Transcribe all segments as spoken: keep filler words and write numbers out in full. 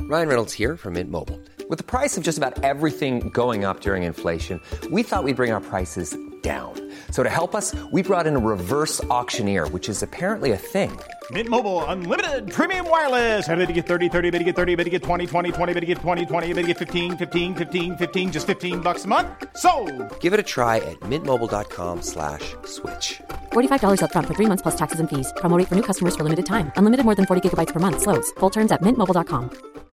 Ryan Reynolds here from Mint Mobile. With the price of just about everything going up during inflation, we thought we'd bring our prices down. So to help us, we brought in a reverse auctioneer, which is apparently a thing. Mint Mobile Unlimited Premium Wireless. How to get thirty, thirty, how to get thirty, how to get twenty, twenty, twenty, how to get twenty, twenty, how to get fifteen, fifteen, fifteen, fifteen, just fifteen bucks a month? Sold! Give it a try at mintmobile.com slash switch. forty-five dollars up front for three months plus taxes and fees. Promo rate for new customers for limited time. Unlimited more than forty gigabytes per month. Slows full terms at mint mobile dot com.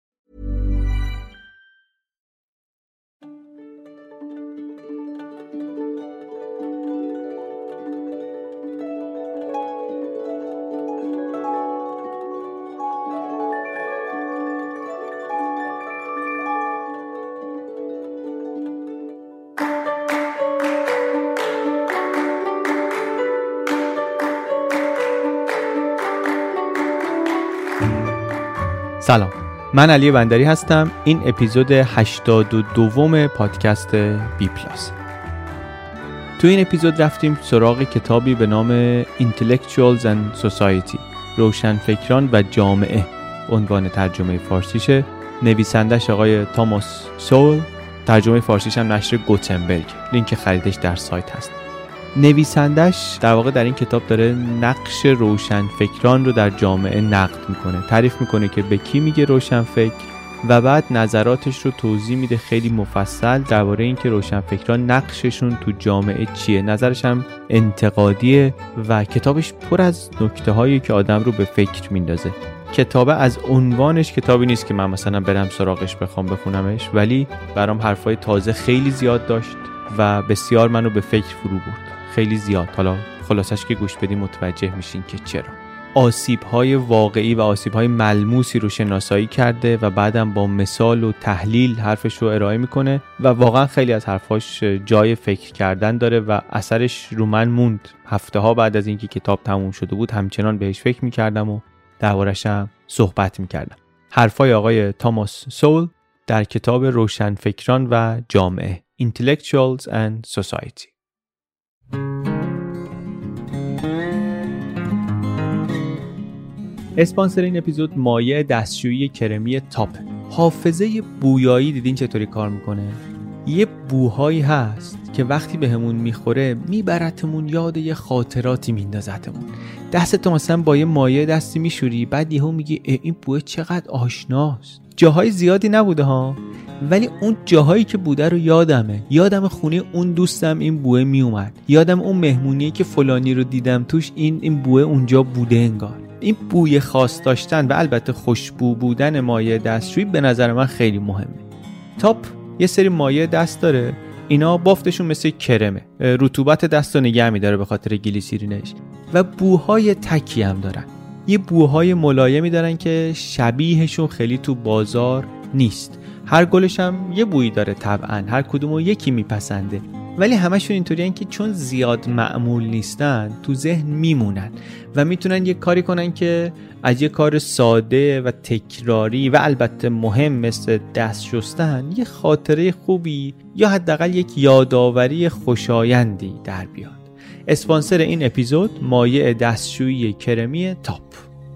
سلام، من علی بندری هستم. این اپیزود هشتاد و دوم پادکست بی پلاس. تو این اپیزود رفتیم سراغ کتابی به نام Intellectuals and Society، روشنفکران و جامعه عنوان ترجمه فارسیشه. نویسندش آقای تاماس سول، ترجمه فارسیش هم نشر گوتنبرگ. لینک خریدش در سایت هست. نویسندش در واقع در این کتاب داره نقش روشنفکران رو در جامعه نقد میکنه، تعریف میکنه که به کی میگه روشنفکر و بعد نظراتش رو توضیح میده خیلی مفصل درباره این که روشنفکران نقششون تو جامعه چیه. نظرش هم انتقادیه و کتابش پر از نکته‌هایی که آدم رو به فکر میندازه. کتابه از عنوانش کتابی نیست که من مثلا برم سراغش بخوام بخونمش، ولی برام حرفای تازه خیلی زیاد داشت و بسیار منو به فکر فرو برد. خیلی زیاد. حالا خلاصش که گوش بدیم متوجه میشین که چرا. آسیب‌های واقعی و آسیب‌های ملموسی رو شناسایی کرده و بعدم با مثال و تحلیل حرفش رو ارائه میکنه و واقعا خیلی از حرفاش جای فکر کردن داره و اثرش رو من موند. هفته ها بعد از اینکه کتاب تموم شده بود همچنان بهش فکر میکردم و دربارش هم صحبت میکردم. حرفای آقای تاماس سول در کتاب روشنفکران و جامعه Intellectuals and Society. اسپانسر این اپیزود مایع دستشویی کرمی تاپ. حافظه بویایی دیدین چطوری کار میکنه؟ یه بوهایی هست که وقتی به همون میخوره میبرتمون یاد یه خاطراتی میندازتمون. دستتو مثلا با یه مایع دستی میشوری، بعد یهو میگی این بوه چقدر آشناست. جاهای زیادی نبوده ها، ولی اون جاهایی که بوده رو یادمه. یادم خونه اون دوستم این بوه میومد، یادم اون مهمونی که فلانی رو دیدم توش این این بوه اونجا بوده انگار. این بوی خاص داشتن و البته خوشبو بودن مایع دستشویی به نظر من خیلی مهمه. تاپ یه سری مایع دست داره، اینا بافتشون مثل کرمه، رطوبت دستو نگه می‌داره به خاطر گلیسرینش و بوهای تکی هم دارن. یه بوهای ملایمی دارن که شبیهشون خیلی تو بازار نیست. هر گلش هم یه بویی داره طبعا، هر کدومو یکی میپسنده، ولی همشون اینطوریان که چون زیاد معمول نیستن تو ذهن میمونن و میتونن یه کاری کنن که از یه کار ساده و تکراری و البته مهم مثل دست شستن یه خاطره خوبی یا حداقل یک یادآوری خوشایندی در بیاد. اسپانسر این اپیزود مایع دستشویی کرمی تاپ.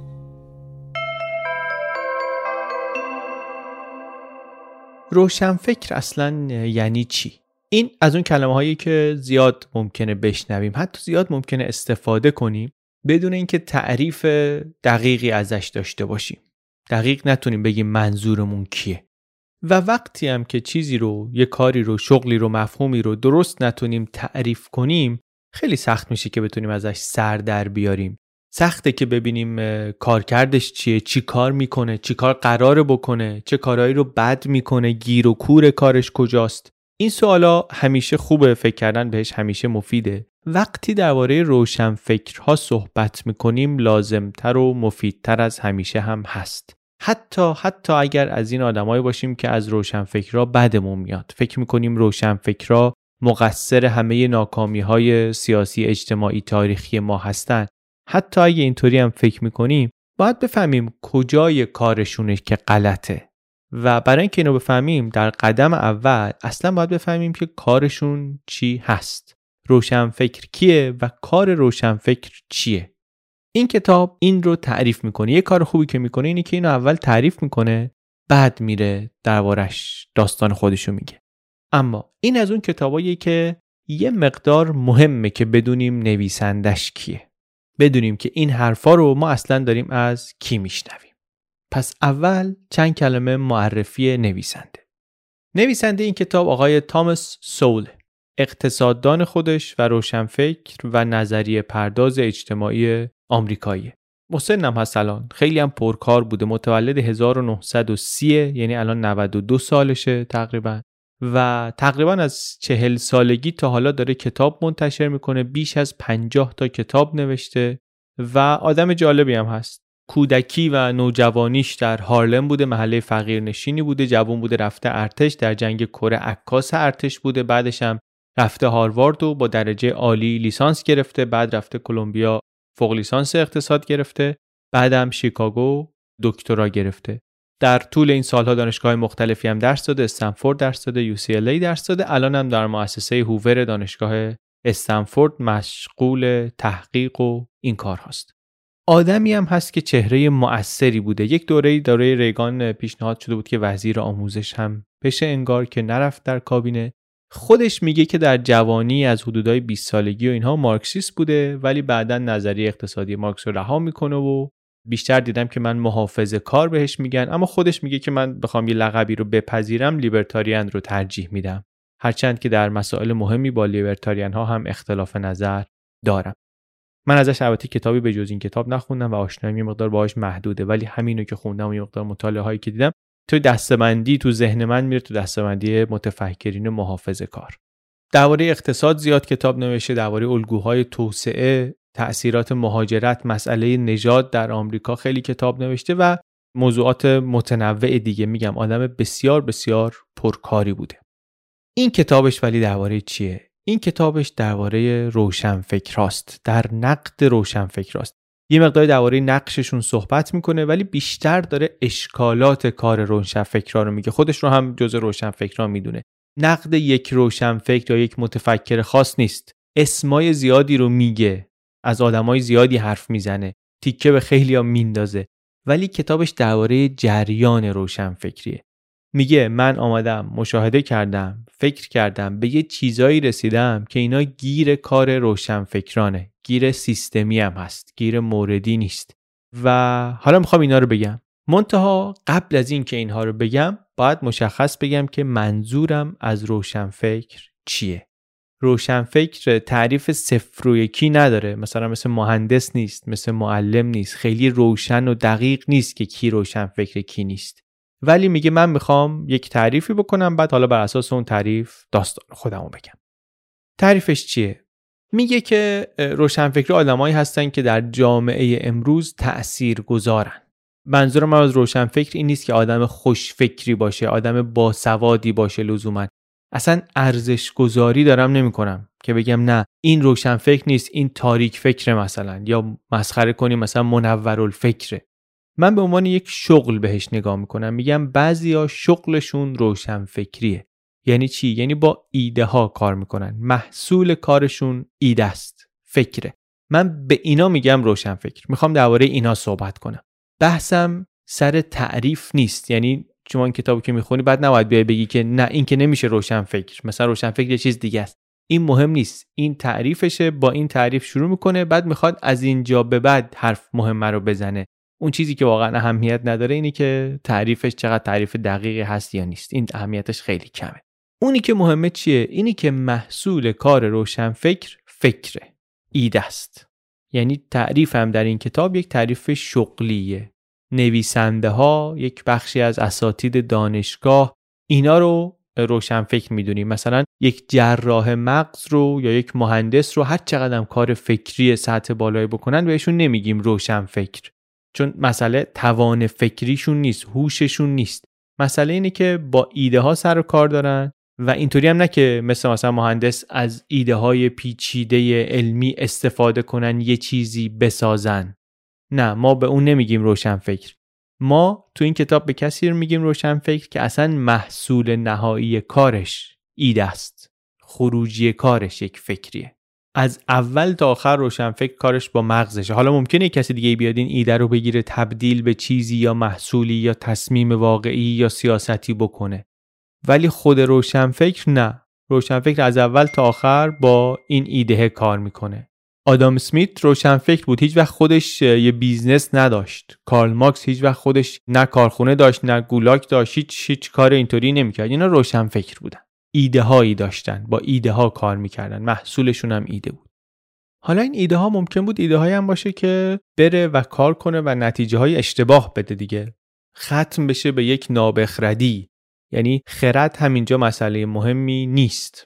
روشنفکر اصلاً یعنی چی؟ این از اون کلمه هایی که زیاد ممکنه بشنویم، حتی زیاد ممکنه استفاده کنیم بدون اینکه تعریف دقیقی ازش داشته باشیم. دقیق نتونیم بگیم منظورمون کیه. و وقتی هم که چیزی رو، یه کاری رو، شغلی رو، مفهومی رو درست نتونیم تعریف کنیم، خیلی سخت میشه که بتونیم ازش سر در بیاریم. سخته که ببینیم کارکردش چیه، چی کار میکنه، چی کار قراره بکنه، چه کارهایی رو بد میکنه، گیر و کور کارش کجاست. این سوالا همیشه خوبه، فکر کردن بهش همیشه مفیده. وقتی درباره روشنفکرها صحبت میکنیم لازمتر و مفیدتر از همیشه هم هست. حتی حتی اگر از این آدمایی باشیم که از روشنفکرها بدمون میاد، فکر میکنیم روشنفکرها مقصر همه ناکامی‌های سیاسی، اجتماعی، تاریخی ما هستن، حتی اگه اینطوری هم فکر میکنیم باید بفهمیم کجای کارشونه که غلطه. و برای اینکه اینو بفهمیم در قدم اول اصلا باید بفهمیم که کارشون چی هست، روشنفکر کیه و کار روشنفکر چیه. این کتاب این رو تعریف میکنه. یه کار خوبی که میکنه اینه که اینو اول تعریف میکنه، بعد میره دربارش داستان خودشو میگه. اما این از اون کتاباییه که یه مقدار مهمه که بدونیم نویسندش کیه. بدونیم که این حرفا رو ما اصلا داریم از کی میشنویم. پس اول چند کلمه معرفی نویسنده. نویسنده این کتاب آقای تاماس سول، اقتصاددان خودش و روشنفکر و نظریه پرداز اجتماعی آمریکایی. مسنم هست الان، خیلی هم پرکار بوده، متولد هزار و نهصد و سی، یعنی الان نود و دو سالشه تقریبا و تقریبا از چهل سالگی تا حالا داره کتاب منتشر میکنه. بیش از پنجاه تا کتاب نوشته و آدم جالبی هم هست. کودکی و نوجوانیش در هارلم بوده، محله فقیرنشینی بوده، جوان بوده، رفته ارتش، در جنگ کره عکاس ارتش بوده، بعدش هم رفته هاروارد و با درجه عالی لیسانس گرفته، بعد رفته کلمبیا فوق لیسانس اقتصاد گرفته، بعدم شیکاگو دکترا گرفته. در طول این سالها دانشگاه مختلفی هم درس داده، استنفورد درس داده، یو سی ال ای درس داده، الان هم در مؤسسه هوور دانشگاه استنفورد مشغول تحقیق و این کار هست. آدمی هم هست که چهره مؤثری بوده. یک دوره دوره ریگان پیشنهاد شده بود که وزیر آموزش هم بشه، انگار که نرفت در کابینه. خودش میگه که در جوانی از حدودای بیست سالگی و اینها مارکسیست بوده، ولی بعداً نظریه اقتصادی مارکس رو رها میکنه و بیشتر دیدم که من محافظه کار بهش میگن، اما خودش میگه که من بخوام یه لقبی رو بپذیرم لیبرتاریان رو ترجیح میدم، هرچند که در مسائل مهمی با لیبرتاریان ها هم اختلاف نظر دارم. من ازش البته کتابی به جز این کتاب نخوندم و آشناییم یه مقدار باهاش محدوده، ولی همینو که خوندم و یه مقدار مطالعه هایی که دیدم تو دسته‌بندی تو ذهن من میره، تو دسته‌بندی متفکرین محافظه کار. درباره اقتصاد زیاد کتاب نوشته، درباره الگوهای توسعه، تأثیرات مهاجرت، مسئله نژاد در آمریکا خیلی کتاب نوشته و موضوعات متنوع دیگه. میگم آدم بسیار بسیار پرکاری بوده. این کتابش ولی درباره چیه؟ این کتابش درباره روشنفکراست، در نقد روشنفکراست. یه مقداری درباره نقششون صحبت میکنه، ولی بیشتر داره اشکالات کار روشنفکرا رو میگه. خودش رو هم جزء روشنفکرا میدونه. نقد یک روشنفکر یا یک متفکر خاص نیست. اسمای زیادی رو میگه، از آدمای زیادی حرف میزنه، تیکه به خیلیا میندازه، ولی کتابش درباره جریان روشنفکریه. میگه من آمدم مشاهده کردم، فکر کردم، به یه چیزایی رسیدم که اینا گیر کار روشنفکرانه، گیر سیستمی هم هست، گیر موردی نیست و حالا میخوام اینا رو بگم. منتها قبل از این که اینها رو بگم باید مشخص بگم که منظورم از روشنفکر چیه. روشنفکر تعریف صفر و یکی نداره، مثلا مثل مهندس نیست، مثل معلم نیست، خیلی روشن و دقیق نیست که کی روشنفکر کی نیست، ولی میگه من میخوام یک تعریفی بکنم، بعد حالا بر اساس اون تعریف داستان خودمو بگم. تعریفش چیه؟ میگه که روشنفکر آدمایی هستن که در جامعه امروز تأثیر گذارن. منظور من از روشنفکر این نیست که آدم خوشفکری باشه، آدم باسوادی باشه لزوما. اصلا ارزش گذاری دارم نمی کنم که بگم نه این روشنفکر نیست، این تاریک فکره مثلا، یا مسخره کنیم مثلا منورالفکره. من به عنوان یک شغل بهش نگاه میکنم. میگم بعضیا شغلشون روشنفکریه. یعنی چی؟ یعنی با ایده ها کار میکنن، محصول کارشون ایده است، فکره. من به اینا میگم روشنفکر. میخوام درباره اینا صحبت کنم. بحثم سر تعریف نیست. یعنی شما این کتابو که میخونی بعد نباید بیای بگی که نه این که نمیشه روشنفکر، مثلا روشنفکر یه چیز دیگه است. این مهم نیست. این تعریفشه، با این تعریف شروع میکنه، بعد میخواد از اینجا به بعد حرف مهمه رو بزنه. اون چیزی که واقعا اهمیت نداره اینی که تعریفش چقدر تعریف دقیقی هست یا نیست. این اهمیتش خیلی کمه. اونی که مهمه چیه؟ اینی که محصول کار روشنفکر فکره، ایده است. یعنی تعریف هم در این کتاب یک تعریف شغلیه. نویسنده ها، یک بخشی از اساتید دانشگاه، اینا رو روشنفکر میدونیم. مثلا یک جراح مغز رو یا یک مهندس رو هر چقدر کار فکری سطح بالایی بکنن بهشون نمیگیم روشنفکر، چون مسئله توان فکریشون نیست، هوششون نیست. مسئله اینه که با ایده ها سر و کار دارن و اینطوری هم نه که مثل مثلا مهندس از ایده های پیچیده علمی استفاده کنن یه چیزی بسازن. نه، ما به اون نمیگیم روشنفکر. ما تو این کتاب به کسی میگیم روشنفکر که اصلا محصول نهایی کارش ایده است، خروجی کارش یک فکریه. از اول تا آخر روشنفکر کارش با مغزشه. حالا ممکنه کسی دیگه بیاد این ایده رو بگیره تبدیل به چیزی یا محصولی یا تصمیم واقعی یا سیاستی بکنه، ولی خود روشنفکر نه. روشنفکر از اول تا آخر با این ایده کار میکنه. آدام اسمیت روشنفکر بود، هیچ وقت خودش یه بیزنس نداشت. کارل مارکس هیچ وقت خودش نه کارخونه داشت نه گولاک داشت، هیچ هیچ کار اینطوری نمیکرد. اینا روشنفکر بودن، ایده هایی داشتن، با ایده ها کار میکردن، محصولشون هم ایده بود. حالا این ایده ها ممکن بود ایده هایی هم باشه که بره و کار کنه و نتیجه های اشتباه بده دیگه، ختم بشه به یک نابخردی. یعنی خرد همینجا مسئله مهمی نیست.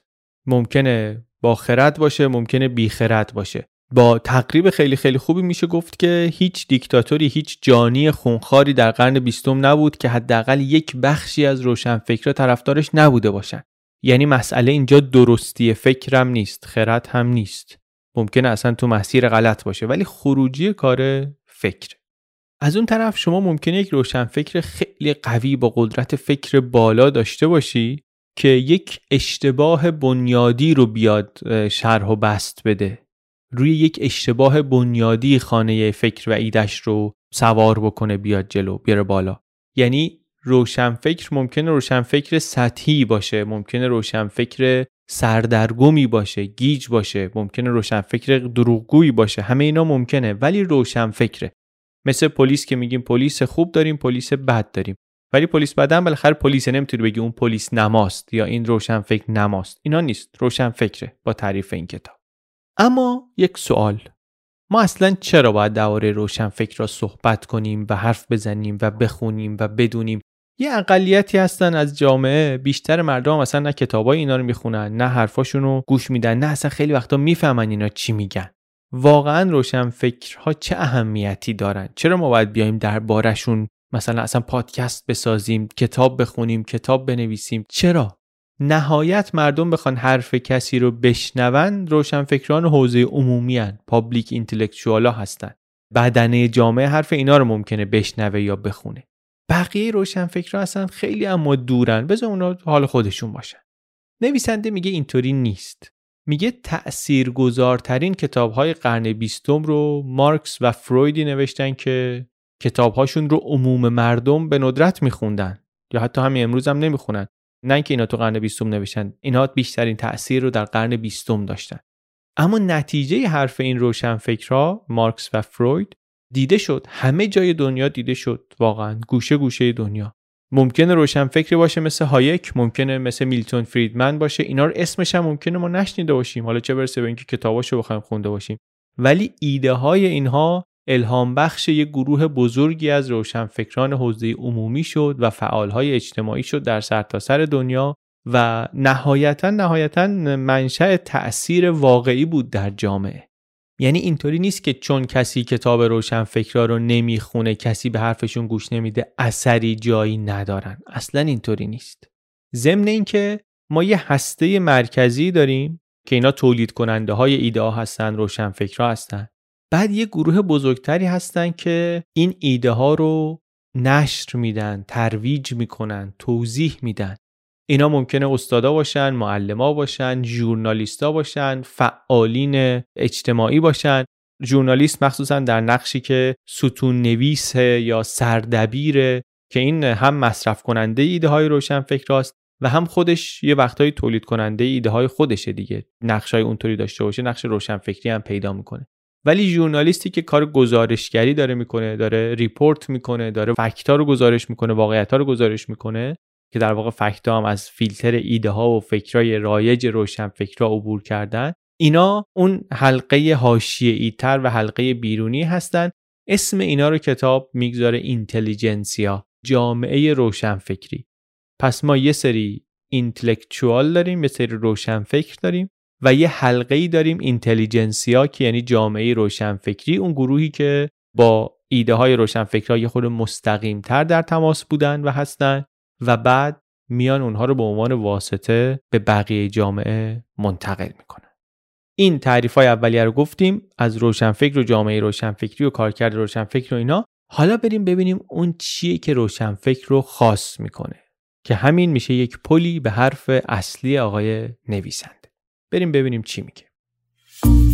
ممکنه با خرد باشه، ممکنه بی خرد باشه. با تقریب خیلی خیلی خوبی میشه گفت که هیچ دیکتاتوری، هیچ جانی خونخواری در قرن بیستم نبود که حداقل یک بخشی از روشنفکرها طرفدارش نبوده باشن. یعنی مسئله اینجا درستی فکرم نیست، خرد هم نیست. ممکنه اصلا تو مسیر غلط باشه، ولی خروجی کار فکر. از اون طرف شما ممکنه یک روشنفکر خیلی قوی با قدرت فکر بالا داشته باشی که یک اشتباه بنیادی رو بیاد شرح و بسط بده. روی یک اشتباه بنیادی خانه فکر و ایدش رو سوار بکنه بیاد جلو، بیاره بالا. یعنی روشنفکر ممکنه روشنفکر سطحی باشه، ممکنه روشنفکر سردرگمی باشه، گیج باشه، ممکنه روشنفکر دروغگویی باشه، همه اینا ممکنه، ولی روشنفکره. مثل پلیس که میگیم پلیس خوب داریم، پلیس بد داریم، ولی پلیس بدن بالاخره پلیس، نمیتونی بگی اون پلیس نماست یا این روشنفکر نماست. اینا نیست، روشنفکره با تعریف این کتاب. اما یک سوال، ما اصلا چرا باید درباره روشنفکر را صحبت کنیم و حرف بزنیم و بخونیم و بدونیم؟ یه اقلیتی هستن از جامعه، بیشتر مردم اصلا نه کتابای اینا رو میخونن، نه حرفاشون رو گوش میدن، نه اصلا خیلی وقتا میفهمن اینا چی میگن. واقعا روشنفکرها چه اهمیتی دارن؟ چرا ما باید بیایم دربارشون مثلا اصلا پادکست بسازیم، کتاب بخونیم، کتاب بنویسیم؟ چرا؟ نهایت مردم بخوان حرف کسی رو بشنون، روشنفکران حوزه عمومی هن، پابلیک اینتלקچوالا هستن. بدنه جامعه حرف اینا رو ممکنه بشنوه یا بخونه. بقیه روشنفکرها اصلا خیلی اما دورن، بذار اونا حال خودشون باشن. نویسنده میگه اینطوری نیست. میگه تأثیرگذارترین کتاب‌های قرن بیستم رو مارکس و فرویدی نوشتن که کتاب‌هاشون رو عموم مردم به ندرت میخوندن یا حتی همین امروز هم نمیخونن. نه اینکه اینا تو قرن بیستم نوشتن، اینا بیشترین تأثیر رو در قرن بیستم داشتن. اما نتیجه حرف این روشنفکرها مارکس و فروید دیده شد، همه جای دنیا دیده شد، واقعا گوشه گوشه دنیا. ممکنه روشنفکری باشه مثل هایک، ممکنه مثل میلتون فریدمن باشه، اینا رو اسمش هم ممکنه ما نشنیده باشیم، حالا چه برسه به اینکه کتاباشو بخوایم خونده باشیم، ولی ایده های اینها الهام بخش یک گروه بزرگی از روشنفکران حوزه عمومی شد و فعالهای اجتماعی شد در سرتاسر دنیا و نهایتاً نهایتاً منشأ تأثیر واقعی بود در جامعه. یعنی اینطوری نیست که چون کسی کتاب روشنفکرها رو نمیخونه، کسی به حرفشون گوش نمیده، اثری جایی ندارن. اصلاً اینطوری نیست. ضمن این که ما یه هسته مرکزی داریم که اینا تولید کننده های ایده ها هستن، روشنفکرها هستن. بعد یه گروه بزرگتری هستن که این ایده ها رو نشر میدن، ترویج میکنن، توضیح میدن. اینا ممکنه استادا باشن، معلما باشن، ژورنالیستا باشن، فعالین اجتماعی باشن. ژورنالیست مخصوصا در نقشی که ستون نویس یا سردبیره که این هم مصرف کننده ایده های روشنفکراست و هم خودش یه وقتایی تولید کننده ایده های خودشه دیگه. نقشای اونطوری داشته باشه، نقش روشنفکری هم پیدا میکنه. ولی ژورنالیستی که کار گزارشگری داره میکنه، داره ریپورت میکنه، داره فکتا رو گزارش میکنه، واقعیت‌ها رو گزارش میکنه، که در واقع فکتا هم از فیلتر ایده ها و فکرای رایج روشنفکرها عبور کردن، اینا اون حلقه حاشیه‌ای تر و حلقه بیرونی هستن. اسم اینا رو کتاب میگذاره اینتلیجنسیا، جامعه روشنفکری. پس ما یه سری اینتלקچوال داریم، یه سری روشنفکر داریم و یه حلقه‌ای داریم اینتلیجنسیا که یعنی جامعه روشنفکری، اون گروهی که با ایده های روشنفکرها یه خورده مستقیم تر در تماس بودن و هستن و بعد میان اونها رو به عنوان واسطه به بقیه جامعه منتقل میکنن. این تعریف‌های اولیه رو گفتیم از روشنفکر و جامعه روشنفکری و کارکرد روشنفکر و اینا. حالا بریم ببینیم اون چیه که روشنفکر رو خاص میکنه، که همین میشه یک پلی به حرف اصلی آقای نویسنده. بریم ببینیم چی میگه.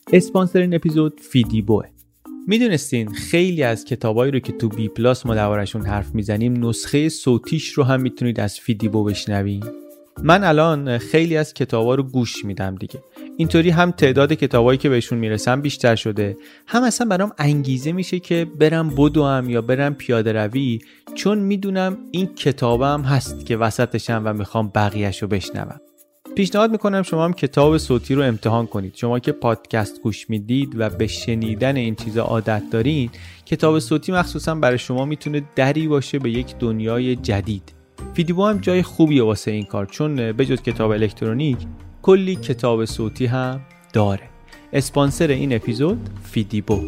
اسپانسر این اپیزود فیدیبوه. میدونستین خیلی از کتابایی رو که تو بی پلاس ما دربارشون حرف میزنیم نسخه صوتیش رو هم میتونید از فیدیبو بشنوین. من الان خیلی از کتابا رو گوش میدم دیگه. اینطوری هم تعداد کتابایی که بهشون میرسم بیشتر شده، هم اصلا برام انگیزه میشه که برم بدوم یا برم پیاده روی، چون میدونم این کتابم هست که وسطشم و میخوام بقیه‌شو بشنوم. پیشنهاد میکنم شما هم کتاب صوتی رو امتحان کنید. شما که پادکست گوش میدید و به شنیدن این چیزا عادت دارین، کتاب صوتی مخصوصا برای شما میتونه دری باشه به یک دنیای جدید. فیدیبو هم جای خوبیه واسه این کار، چون به جز کتاب الکترونیک کلی کتاب صوتی هم داره. اسپانسر این اپیزود فیدیبو.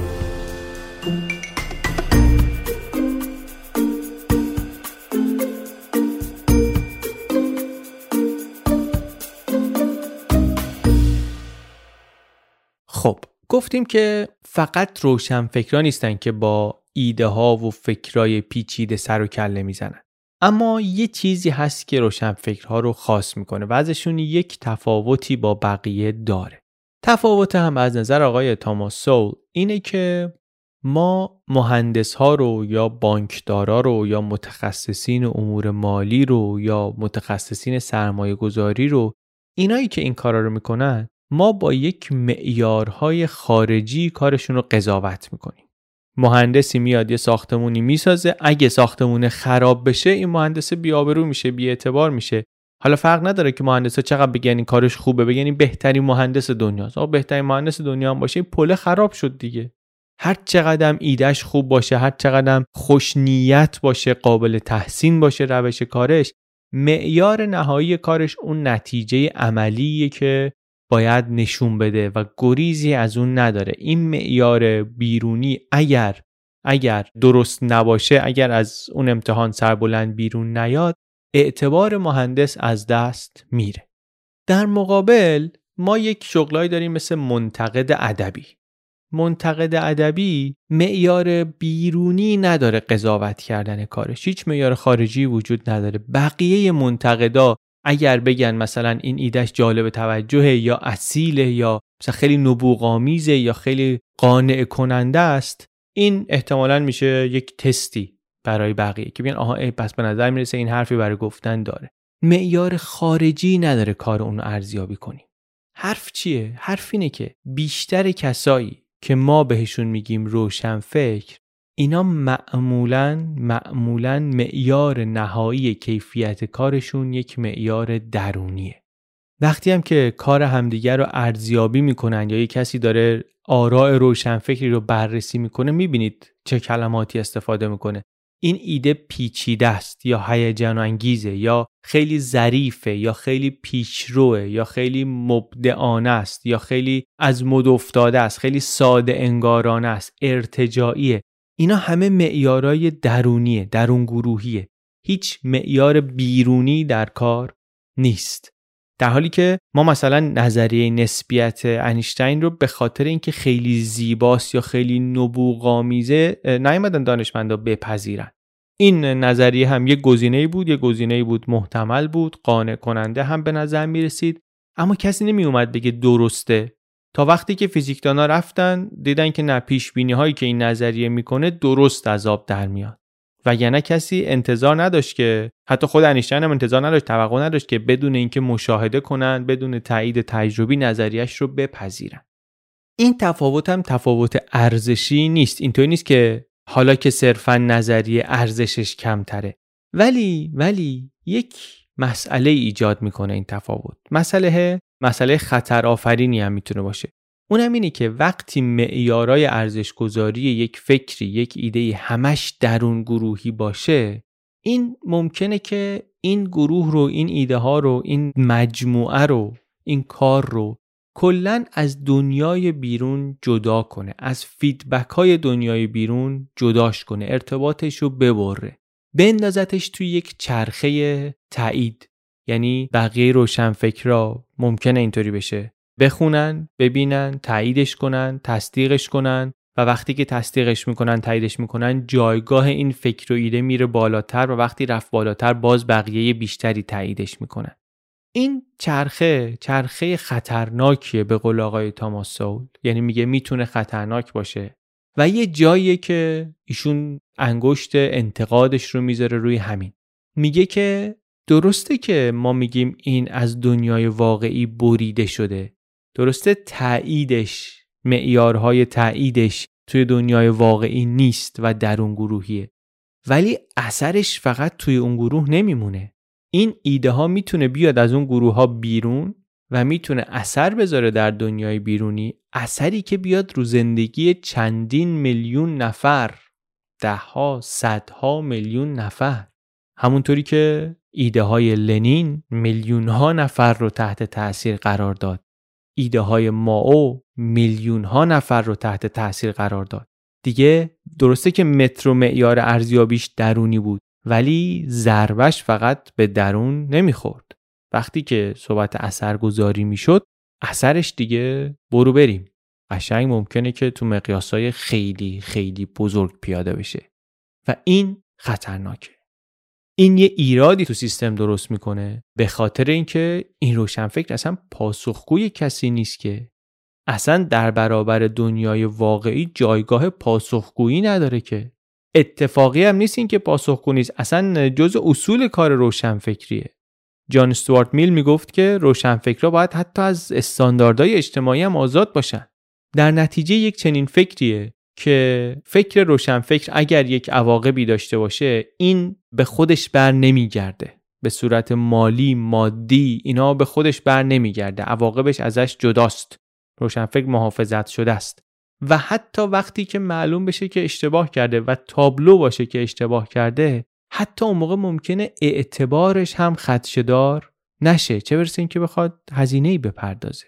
خب گفتیم که فقط روشنفکران نیستن که با ایده ها و فکرای پیچیده سر و کله میزنن، اما یه چیزی هست که روشنفکرها رو خاص میکنه و ازشون یک تفاوتی با بقیه داره. تفاوت هم از نظر آقای تاماس سول اینه که ما مهندس ها رو یا بانکدارا رو یا متخصصین امور مالی رو یا متخصصین سرمایه گذاری رو، اینایی که این کارا رو میکنن، ما با یک معیارهای خارجی کارشون رو قضاوت میکنیم. مهندسی میاد یه ساختمونی میسازه، اگه ساختمون خراب بشه این مهندس بی‌آبرو میشه، بی‌اعتبار میشه. حالا فرق نداره که مهندسا چقدر بگن این کارش خوبه، بگن این بهترین مهندس دنیاست. آقا بهترین مهندس دنیا هم باشه، این پل خراب شد دیگه. هر چقدرم ایدهش خوب باشه، هر چقدرم خوش نیت باشه، قابل تحسین باشه روش کارش، معیار نهایی کارش اون نتیجه عملیه که باید نشون بده و گریزی از اون نداره. این معیار بیرونی اگر اگر درست نباشه، اگر از اون امتحان سربلند بیرون نیاد، اعتبار مهندس از دست میره. در مقابل ما یک شغلایی داریم مثل منتقد ادبی. منتقد ادبی معیار بیرونی نداره قضاوت کردن کارش، هیچ معیار خارجی وجود نداره. بقیه منتقدا اگر بگن مثلا این ایدهش جالب توجهه یا اصیله یا مثلا خیلی نبوغامیزه یا خیلی قانع کننده است، این احتمالاً میشه یک تستی برای بقیه که بگن آها ای پس به نظر میرسه این حرفی برای گفتن داره. معیار خارجی نداره کار اون رو ارزیابی کنیم. حرف چیه؟ حرف اینه که بیشتر کسایی که ما بهشون میگیم روشنفکر، اینا معمولاً معمولاً معیار نهایی کیفیت کارشون یک معیار درونیه. وقتی هم که کار همدیگر رو ارزیابی میکنن یا یک کسی داره آراء روشنفکری رو بررسی میکنه، میبینید چه کلماتی استفاده میکنه. این ایده پیچیده است یا هیجان انگیزه یا خیلی ظریفه یا خیلی پیشروه یا خیلی مبدعانه است یا خیلی از مد افتاده است، خیلی ساده انگارانه است، ارتجاعیه. اینا همه معیارای درونیه، درون گروهیه. هیچ معیار بیرونی در کار نیست. در حالی که ما مثلا نظریه نسبیت اینشتین رو به خاطر اینکه خیلی زیباست یا خیلی نبوغامیزه نیومدن دانشمندا بپذیرن. این نظریه هم یک گزینه‌ای بود، یک گزینه‌ای بود محتمل بود، قانع کننده هم به نظر می‌رسید، اما کسی نمی اومد بگه درسته. تا وقتی که فیزیکدانا رفتن دیدن که نه، پیش بینی هایی که این نظریه میکنه درست از آب در میاد. وگرنه کسی انتظار نداشت که، حتی خود اینشتین هم انتظار نداشت، توقع نداشت که بدون اینکه مشاهده کنن، بدون تایید تجربی نظریه‌اش رو بپذیرن. این تفاوت هم تفاوت ارزشی نیست. اینطوری نیست که حالا که صرفا نظریه ارزشش کمتره، ولی ولی یک مسئله ایجاد میکنه این تفاوت. مسئله مسئله خطر آفرینی هم میتونه باشه. اونم اینه که وقتی معیارای ارزش‌گذاری یک فکری، یک ایده همش درون گروهی باشه، این ممکنه که این گروه رو، این ایده ها رو، این مجموعه رو، این کار رو کلاً از دنیای بیرون جدا کنه، از فیدبک های دنیای بیرون جداش کنه، ارتباطش رو ببره، بندازتش توی یک چرخه تایید. یعنی بقیه روشنفکرا ممکنه اینطوری بشه، بخونن، ببینن، تاییدش کنن، تصدیقش کنن و وقتی که تصدیقش میکنن، تاییدش میکنن، جایگاه این فکر و ایده میره بالاتر و وقتی رفت بالاتر باز بقیه بیشتری تاییدش میکنن. این چرخه چرخه خطرناکیه به قول آقای توماس سول، یعنی میگه میتونه خطرناک باشه و یه جاییه که ایشون انگشت انتقادش رو میذاره روی همین. میگه که درسته که ما میگیم این از دنیای واقعی بریده شده، درسته تاییدش، معیارهای تاییدش توی دنیای واقعی نیست و درون گروهیه، ولی اثرش فقط توی اون گروه نمیمونه. این ایده ها میتونه بیاد از اون گروه ها بیرون و میتونه اثر بذاره در دنیای بیرونی، اثری که بیاد رو زندگی چندین میلیون نفر، ده ها، صدها میلیون نفر. همونطوری که ایده های لنین میلیون ها نفر رو تحت تأثیر قرار داد، ایده های مائو میلیون ها نفر رو تحت تأثیر قرار داد. دیگه درسته که متر و معیار ارزیابیش درونی بود، ولی ضربش فقط به درون نمیخورد. وقتی که صحبت اثرگذاری میشد، اثرش دیگه برو بریم قشنگ ممکنه که تو مقیاسای خیلی خیلی بزرگ پیاده بشه و این خطرناکه. این یه ایرادی تو سیستم درست میکنه به خاطر اینکه این روشنفکر اصلا پاسخگوی کسی نیست، که اصلا در برابر دنیای واقعی جایگاه پاسخگویی نداره، که اتفاقی هم نیست این که پاسخگو نیست، اصلا جزء اصول کار روشنفکریه. جان استوارت میل میگفت که روشنفکرها باید حتی از استانداردهای اجتماعی هم آزاد باشن. در نتیجه یک چنین فکریه که فکر روشنفکر اگر یک عواقبی داشته باشه، این به خودش بر نمیگرده، به صورت مالی، مادی، اینا به خودش بر نمیگرده، عواقبش ازش جداست. روشنفکر محافظت شده است و حتی وقتی که معلوم بشه که اشتباه کرده و تابلو باشه که اشتباه کرده، حتی اون موقع ممکنه اعتبارش هم خدشه‌دار نشه، چه برسه این که بخواد هزینه‌ای بپردازه.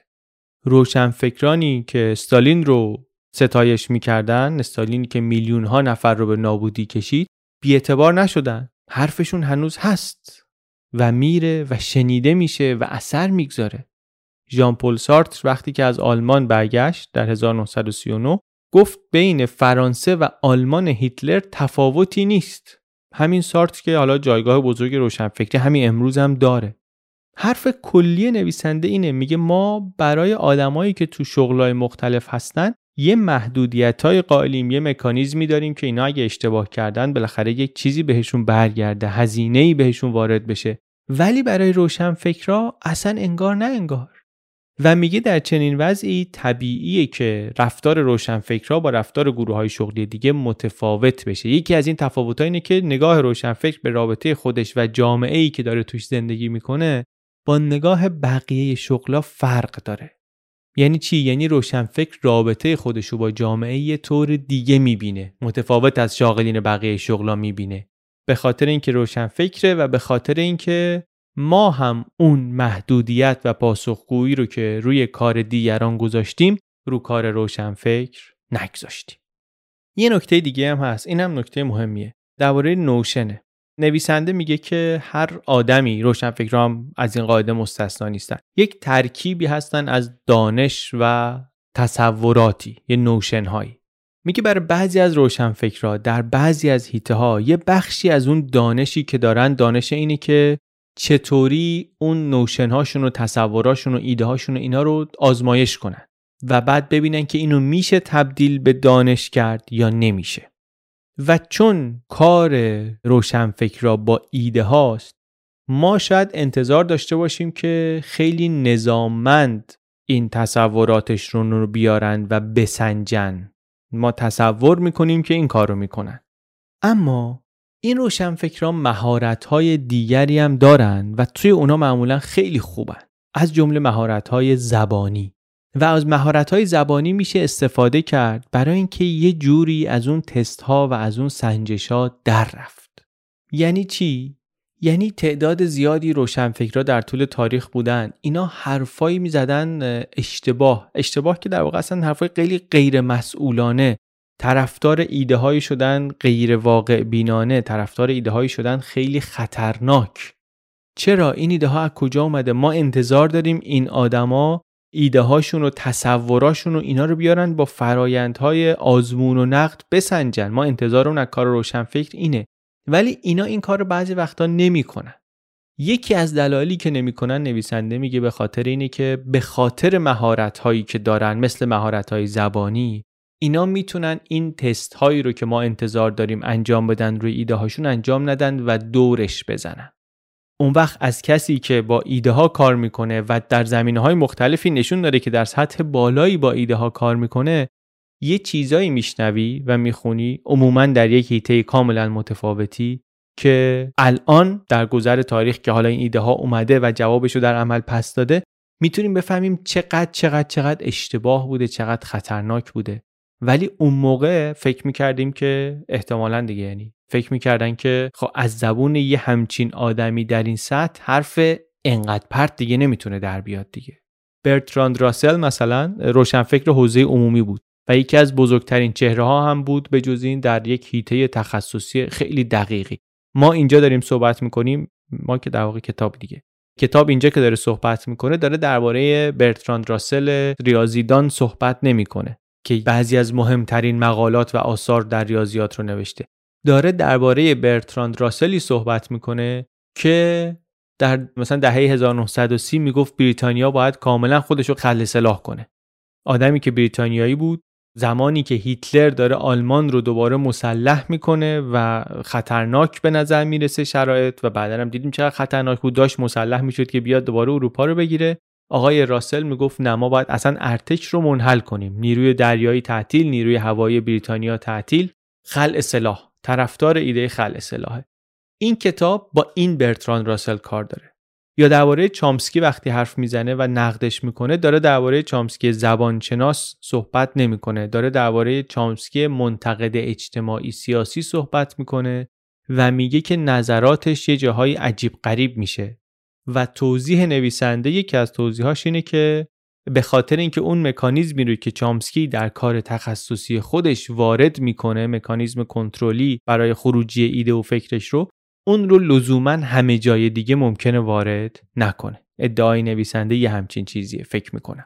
روشنفکرانی که استالین رو ستایش میکردن، استالینی که میلیون ها نفر رو به نابودی کشید، بی‌اعتبار نشدن. حرفشون هنوز هست و میره و شنیده میشه و اثر میگذاره. ژان پل سارتر وقتی که از آلمان برگشت در هزار و نهصد و سی و نه گفت بین فرانسه و آلمان هیتلر تفاوتی نیست. همین سارتر که حالا جایگاه بزرگ روشنفکری همین امروز هم داره. حرف کلی نویسنده اینه، میگه ما برای آدمایی که تو شغلای مختلف هستن یه محدودیتای قائلیم، یه مکانیزمی داریم که اینا اگه اشتباه کردن بالاخره یک چیزی بهشون برگرده، هزینه‌ای بهشون وارد بشه، ولی برای روشنفکرها اصلا انگار نه انگار. و میگه در چنین وضعی طبیعیه که رفتار روشنفکرها با رفتار گروه‌های شغلی دیگه متفاوت بشه. یکی از این تفاوت‌ها اینه که نگاه روشنفکر به رابطه خودش و جامعه‌ای که داره توش زندگی میکنه با نگاه بقیه شغلا فرق داره. یعنی چی؟ یعنی روشنفکر رابطه خودشو با جامعه یه طور دیگه میبینه، متفاوت از شاغلین بقیه شغلا میبینه، به خاطر اینکه روشنفکره و به خاطر اینکه ما هم اون محدودیت و پاسخگویی رو که روی کار دیگران گذاشتیم رو کار روشنفکر نگذاشتیم. یه نکته دیگه هم هست، این هم نکته مهمیه، درباره نوشنه. نویسنده میگه که هر آدمی، روشنفکرها هم از این قاعده مستثنا نیستن، یک ترکیبی هستن از دانش و تصوراتی، یه نوشنهایی. میگه برای بعضی از روشنفکرها در بعضی از حیطه‌ها یه بخشی از اون دانشی که دارن، دانش اینه که چطوری اون نوشن‌هاشون و تصوراشون و ایده‌هاشون و اینا رو آزمایش کنن و بعد ببینن که اینو میشه تبدیل به دانش کرد یا نمیشه. و چون کار روشنفکرها با ایده هاست، ما شاید انتظار داشته باشیم که خیلی نظاممند این تصوراتش رو بیارن و بسنجن. ما تصور میکنیم که این کار رو میکنن، اما این روشنفکرها مهارت‌های دیگری هم دارن و توی اونا معمولا خیلی خوبن، از جمله مهارت‌های زبانی. و از مهارت‌های زبانی میشه استفاده کرد برای اینکه یه جوری از اون تست‌ها و از اون سنجش‌ها در رفت. یعنی چی؟ یعنی تعداد زیادی روشنفکرها در طول تاریخ بودن، اینا حرفایی میزدن اشتباه، اشتباه که در واقع اصلا حرفای خیلی غیر مسئولانه، طرفدار ایده هایی شدن غیر واقع بینانه، طرفدار ایده هایی شدن خیلی خطرناک. چرا؟ این ایده ها از کجا اومده؟ ما انتظار داریم این آدما ایده هاشون و تصوراشون و اینا رو بیارن با فرایندهای آزمون و نقد بسنجن. ما انتظار اون از کار روشنفکر اینه، ولی اینا این کار رو بعضی وقتا نمی کنن. یکی از دلایلی که نمیکنن نویسنده میگه به خاطر اینه که به خاطر مهارت‌هایی که دارن مثل مهارت‌های زبانی، اینا میتونن این تست هایی رو که ما انتظار داریم انجام بدن روی ایده هاشون انجام ندن و دورش بزنن. اون وقت از کسی که با ایده ها کار میکنه و در زمینه های مختلفی نشون داره که در سطح بالایی با ایده ها کار میکنه، یه چیزایی میشنوی و میخونی عموما در یک حیطه کاملا متفاوتی که الان در گذر تاریخ که حالا این ایده ها اومده و جوابشو در عمل پس داده، میتونیم بفهمیم چقدر چقدر چقدر اشتباه بوده، چقدر خطرناک بوده. ولی اون موقع فکر میکردیم که احتمالاً دیگه، یعنی فکر میکردن که خب از زبون یه همچین آدمی در این سطح حرف انقدر پرت دیگه نمیتونه در بیاد دیگه. برتراند راسل مثلا روشنفکر حوزه عمومی بود و یکی از بزرگترین چهره ها هم بود به جز این در یک حیطه تخصصی خیلی دقیقی. ما اینجا داریم صحبت میکنیم، ما که در واقع کتاب دیگه، کتاب اینجا که داره صحبت میکنه داره درباره برتراند راسل ریاضیدان صحبت نمیکنه که بعضی از مهمترین مقالات و آثار در ریاضیات رو نوشته. داره درباره برتراند راسلی صحبت میکنه که در مثلا دهه هزار و نهصد و سی میگفت بریتانیا باید کاملا خودشو خلع سلاح کنه. آدمی که بریتانیایی بود، زمانی که هیتلر داره آلمان رو دوباره مسلح میکنه و خطرناک به نظر میرسه شرایط، و بعدا هم دیدیم چقدر خطرناک بود، داشت مسلح میشد که بیاد دوباره اروپا رو بگیره. آقای راسل میگفت نه، ما باید اصلا ارتش رو منحل کنیم، نیروی دریایی تعطیل، نیروی هوایی بریتانیا تعطیل، خلع سلاح. طرفدار ایده خلع سلاحه. این کتاب با این برتراند راسل کار داره. یا درباره چامسکی وقتی حرف میزنه و نقدش میکنه، داره درباره چامسکی زبانشناس صحبت نمیکنه، داره درباره چامسکی منتقد اجتماعی سیاسی صحبت میکنه و میگه که نظراتش یه جاهای عجیب غریب میشه. و توضیح نویسنده یکی از توضیحاش اینه که به خاطر اینکه اون مکانیزمی رو که چامسکی در کار تخصصی خودش وارد میکنه، مکانیزم کنترلی برای خروجی ایده و فکرش رو، اون رو لزوماً همه جای دیگه ممکنه وارد نکنه. ادعای نویسنده یه همچین چیزیه فکر میکنم.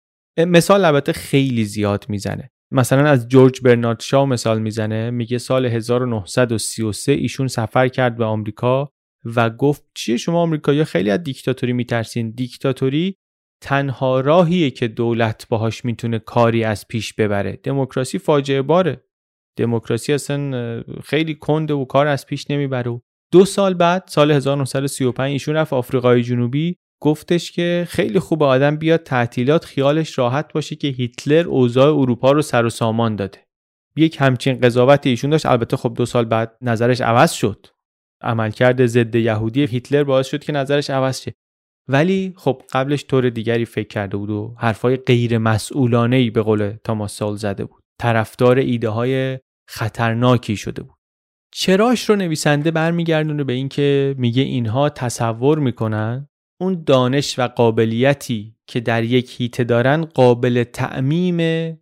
مثال البته خیلی زیاد میزنه. مثلا از جورج برنارد شاو مثال میزنه، میگه سال هزار و نهصد و سی و سه ایشون سفر کرد به آمریکا و گفت چیه شما آمریکایی‌ها خیلی از دیکتاتوری میترسین؟ دیکتاتوری تنها راهیه که دولت باهاش میتونه کاری از پیش ببره. دموکراسی فاجعه باره. دموکراسی اصلا خیلی کنده و کار از پیش نمیبره. دو سال بعد سال هزار و نهصد و سی و پنج ایشون رفت آفریقای جنوبی، گفتش که خیلی خوبه آدم بیاد تعطیلات خیالش راحت باشه که هیتلر اوضاع اروپا رو سر و سامان داده. یک همچین قضاوتی ایشون داشت. البته خب دو سال بعد نظرش عوض شد. عملکرد ضد یهودی هیتلر باعث شد که نظرش عوض شه. ولی خب قبلش طور دیگری فکر کرده بود و حرفای غیر مسئولانه‌ای به قول تاماس سول زده بود. طرفدار ایده‌های خطرناکی شده بود. چراش رو نویسنده برمیگردونه به این که میگه اینها تصور میکنن اون دانش و قابلیتی که در یک حیطه دارن قابل تعمیم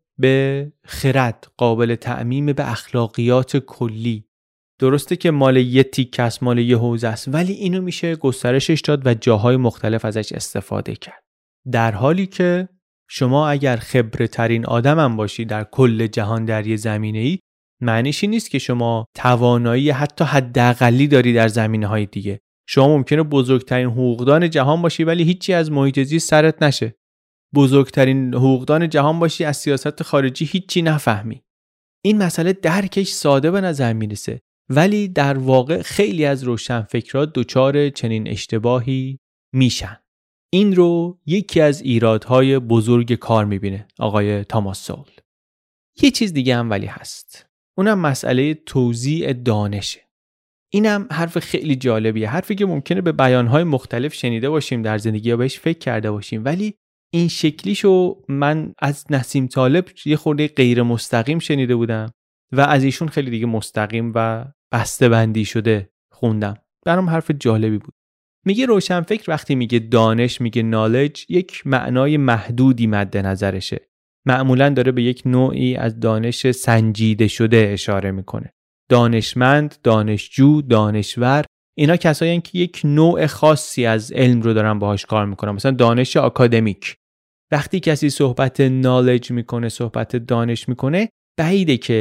به خرد، قابل تعمیم به اخلاقیات کلی. درسته که مال یه تیکه است، مال یه حوزه است، ولی اینو میشه گسترشش داد و جاهای مختلف ازش استفاده کرد. در حالی که شما اگر خبره ترین آدم هم باشی در کل جهان در یه زمینه‌ای، معنیش این نیست که شما توانایی حتی حداقلی داری در زمینه‌های دیگه. شما ممکنه بزرگترین حقوقدان جهان باشی ولی هیچی از محیط زیست سرت نشه. بزرگترین حقوقدان جهان باشی، از سیاست خارجی هیچی نفهمی. این مسئله درکش ساده به نظر میرسه، ولی در واقع خیلی از روشنفکرها دچار چنین اشتباهی میشن. این رو یکی از ایرادهای بزرگ کار میبینه آقای تاماس سول. یه چیز دیگه هم ولی هست، اونم مسئله توزیع دانشه. اینم حرف خیلی جالبیه، حرفی که ممکنه به بیانهای مختلف شنیده باشیم در زندگی یا بهش فکر کرده باشیم، ولی این شکلیشو من از نسیم طالب یه خورده غیر مستقیم شنیده بودم و از ایشون خیلی دیگه مستقیم و بسته بندی شده خوندم. برام حرف جالبی بود. میگه روشنفکر وقتی میگه دانش، میگه نالج، یک معنای محدودی مد نظرشه. معمولاً داره به یک نوعی از دانش سنجیده شده اشاره میکنه. دانشمند، دانشجو، دانشور، اینا کسایی هستن که یک نوع خاصی از علم رو دارن باهاش کار میکنن. مثلا دانش آکادمیک. وقتی کسی صحبت نالج میکنه، صحبت دانش میکنه، بعیده که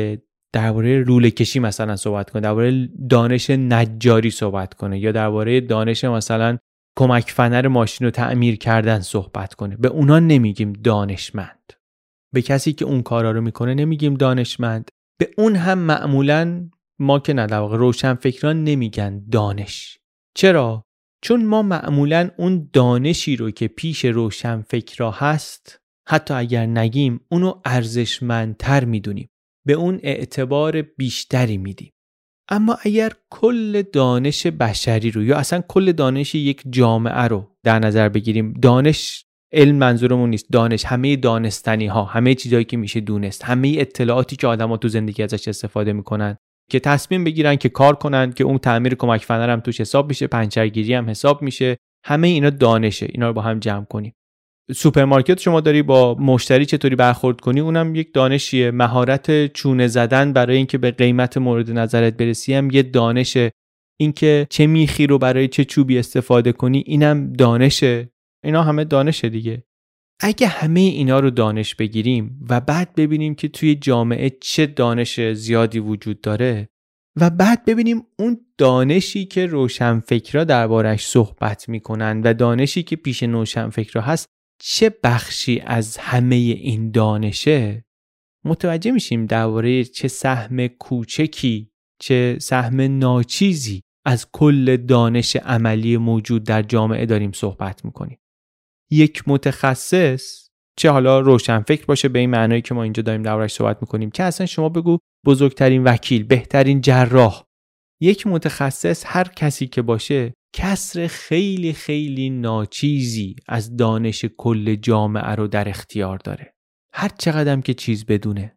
درباره لوله کشی مثلا صحبت کنه، درباره دانش نجاری صحبت کنه یا درباره دانش مثلا کمک فنر ماشین رو تعمیر کردن صحبت کنه. به اونا نمیگیم دانشمند. به کسی که اون کارا رو میکنه نمیگیم دانشمند. به اون هم معمولاً ما که نه در واقع روشنفکران نمیگن دانش. چرا؟ چون ما معمولاً اون دانشی رو که پیش روشنفکرا هست حتی اگر نگیم اونو ارزشمندتر میدونیم، به اون اعتبار بیشتری میدیم. اما اگر کل دانش بشری رو یا اصلا کل دانش یک جامعه رو در نظر بگیریم، دانش علم منظورمون نیست، دانش همه دانستنی ها، همه چیزایی که میشه دونست، همه اطلاعاتی که آدما تو زندگی ازش استفاده میکنن که تصمیم بگیرن که کار کنن که اون تعمیر کمک فنر هم توش حساب میشه، پنچرگیری هم حساب میشه، همه اینا دانشه. اینا رو با هم جمع کنیم. سوپرمارکت شما داری با مشتری چطوری برخورد کنی، اونم یک دانشیه. مهارت چونه زدن برای اینکه به قیمت مورد نظرت برسی هم یه دانشه. اینکه چه میخی رو برای چه چوبی استفاده کنی اینم دانشه. اینا همه دانشه دیگه. اگه همه اینا رو دانش بگیریم و بعد ببینیم که توی جامعه چه دانش زیادی وجود داره و بعد ببینیم اون دانشی که روشنفکرا دربارش صحبت میکنن و دانشی که پیش روشنفکرا هست چه بخشی از همه این دانشه، متوجه میشیم درباره چه سهم کوچکی، چه سهم ناچیزی از کل دانش عملی موجود در جامعه داریم صحبت میکنیم. یک متخصص، چه حالا روشنفکر باشه به این معنایی که ما اینجا داریم دربارش صحبت میکنیم، که اصلا شما بگو بزرگترین وکیل، بهترین جراح، یک متخصص هر کسی که باشه کسر خیلی خیلی ناچیزی از دانش کل جامعه رو در اختیار داره، هر چقدرم که چیز بدونه.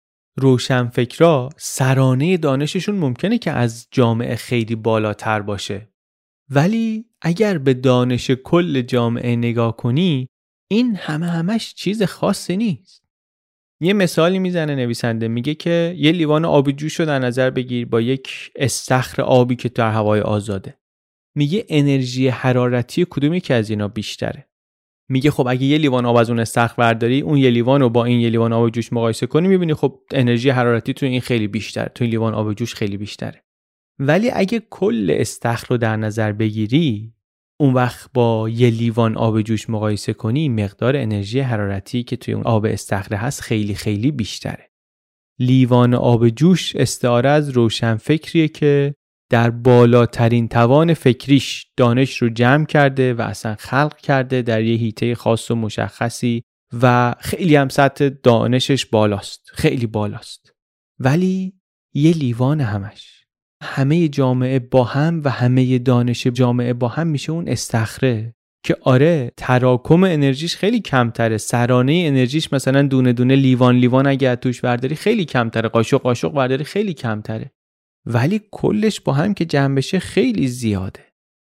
روشنفکرا سرانه دانششون ممکنه که از جامعه خیلی بالاتر باشه، ولی اگر به دانش کل جامعه نگاه کنی این همه همش چیز خاصی نیست. یه مثالی میزنه نویسنده، میگه که یه لیوان آب جوش رو در نظر بگیر با یک استخر آبی که در هوای آزاده. میگه انرژی حرارتی کدومی که از اینا بیشتره؟ میگه خب اگه یه لیوان آب از اون استخر برداری، اون یه لیوان رو با این یه لیوان آب جوش مقایسه کنی، میبینی خب انرژی حرارتی تو این خیلی بیشتره، تو این لیوان آب جوش خیلی بیشتره. ولی اگه کل استخر رو در نظر بگیری، اون وقت با یه لیوان آب جوش مقایسه کنی، مقدار انرژی حرارتی که توی اون آب استخر هست خیلی خیلی بیشتره. لیوان آب جوش استعاره از روشنفکریه که در بالاترین توان فکریش دانش رو جمع کرده و اصلا خلق کرده در یه حیطه خاص و مشخصی و خیلی هم سطح دانشش بالاست، خیلی بالاست. ولی یه لیوان همش، همه جامعه با هم و همه دانش جامعه با هم میشه اون استخره که آره تراکم انرژیش خیلی کمتره، سرانه انرژیش مثلا دونه دونه لیوان لیوان اگه توش برداری خیلی کمتره، قاشق قاشق برداری خیلی کمتره، ولی کلش با هم که جمع بشه خیلی زیاده.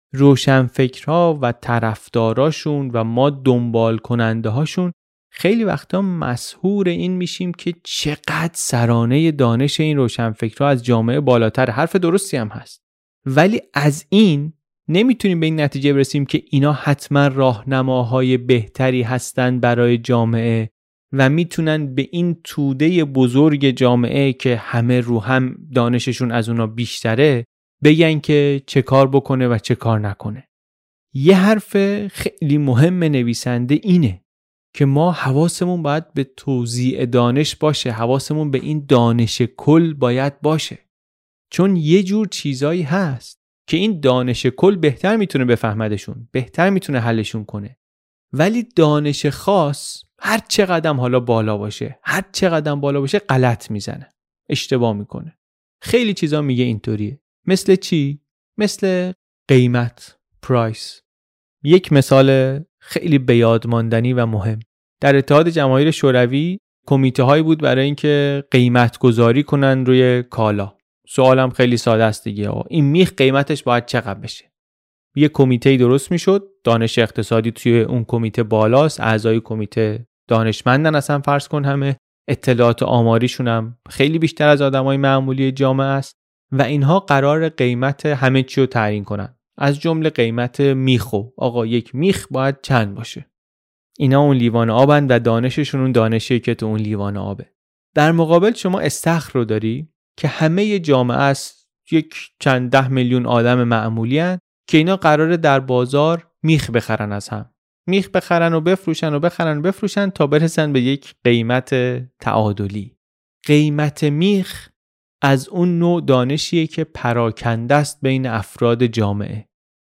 روشنفکرها و طرفداراشون و ما دنبال کننده هاشون خیلی وقتا مسحور این میشیم که چقدر سرانه دانش این روشنفکرها از جامعه بالاتر. حرف درستی هم هست، ولی از این نمیتونیم به این نتیجه برسیم که اینا حتما راهنماهای بهتری هستن برای جامعه و میتونن به این توده بزرگ جامعه که همه رو هم دانششون از اونا بیشتره بگن که چه کار بکنه و چه کار نکنه. یه حرف خیلی مهم نویسنده اینه که ما حواسمون باید به توزیع دانش باشه، حواسمون به این دانش کل باید باشه، چون یه جور چیزایی هست که این دانش کل بهتر میتونه بفهمدشون، بهتر میتونه حلشون کنه، ولی دانش خاص هر چقدر حالا بالا باشه، هر چقدر بالا باشه غلط میزنه، اشتباه میکنه. خیلی چیزا میگه اینطوریه. مثل چی؟ مثل قیمت، پرایس. یک مثال خیلی به یاد ماندنی و مهم، در اتحاد جماهیر شوروی کمیته هایی بود برای اینکه قیمت گذاری کنن روی کالا. سوالم خیلی ساده است دیگه، این میخ قیمتش باید چقدر بشه؟ یه کمیته درست میشد، دانش اقتصادی توی اون کمیته بالاست، اعضای کمیته دانشمندن، اصلا فرض کن همه، اطلاعات آماریشون هم خیلی بیشتر از آدمای معمولی جامعه است و اینها قرار قیمت همه چی رو تعیین کنن، از جمله قیمت میخو. آقا یک میخ باید چند باشه؟ اینا اون لیوان آبن و دانششون اون دانشیه که تو اون لیوان آبه. در مقابل شما استخر رو داری که همه جامعه است، یک چند ده میلیون آدم معمولی هن که اینا قراره در بازار میخ بخرن، از هم میخ بخرن و بفروشن و بخرن و بفروشن تا برسن به یک قیمت تعادلی. قیمت میخ از اون نوع دانشیه که پراکنده است بین افراد جامعه.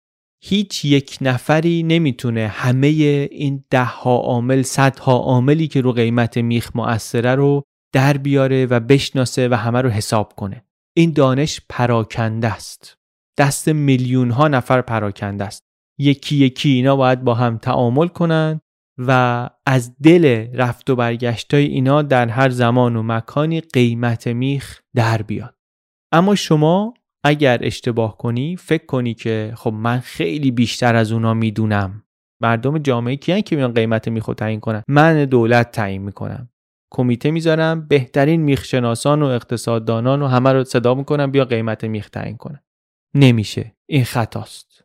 هیچ یک نفری نمیتونه همه این ده ها عامل، صد ها عاملی که رو قیمت میخ مؤثره رو در بیاره و بشناسه و همه رو حساب کنه. این دانش پراکنده است. دست میلیون ها نفر پراکنده است. یکی یکی اینا باید با هم تعامل کنن و از دل رفت و برگشتای اینا در هر زمان و مکانی قیمت میخ در بیاد. اما شما اگر اشتباه کنی، فکر کنی که خب من خیلی بیشتر از اونا میدونم. مردم جامعه کیان که میان قیمت میخو تعیین کنن؟ من دولت تعیین میکنم. کمیته میذارم، بهترین میخشناسان و اقتصاددانان و همه رو صدا میکنم بیا قیمت میخ تعیین کنن. نمیشه. این خطاست.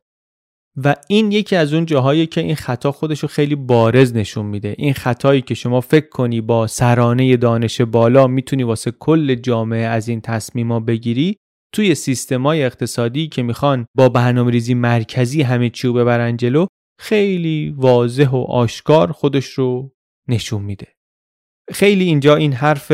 و این یکی از اون جاهایی که این خطا خودشو خیلی بارز نشون میده. این خطایی که شما فکر کنی با سرانه دانش بالا میتونی واسه کل جامعه از این تصمیما بگیری، توی سیستمای اقتصادی که میخوان با برنامه‌ریزی مرکزی همه چیو ببرن جلو، خیلی واضح و آشکار خودش رو نشون میده. خیلی اینجا این حرف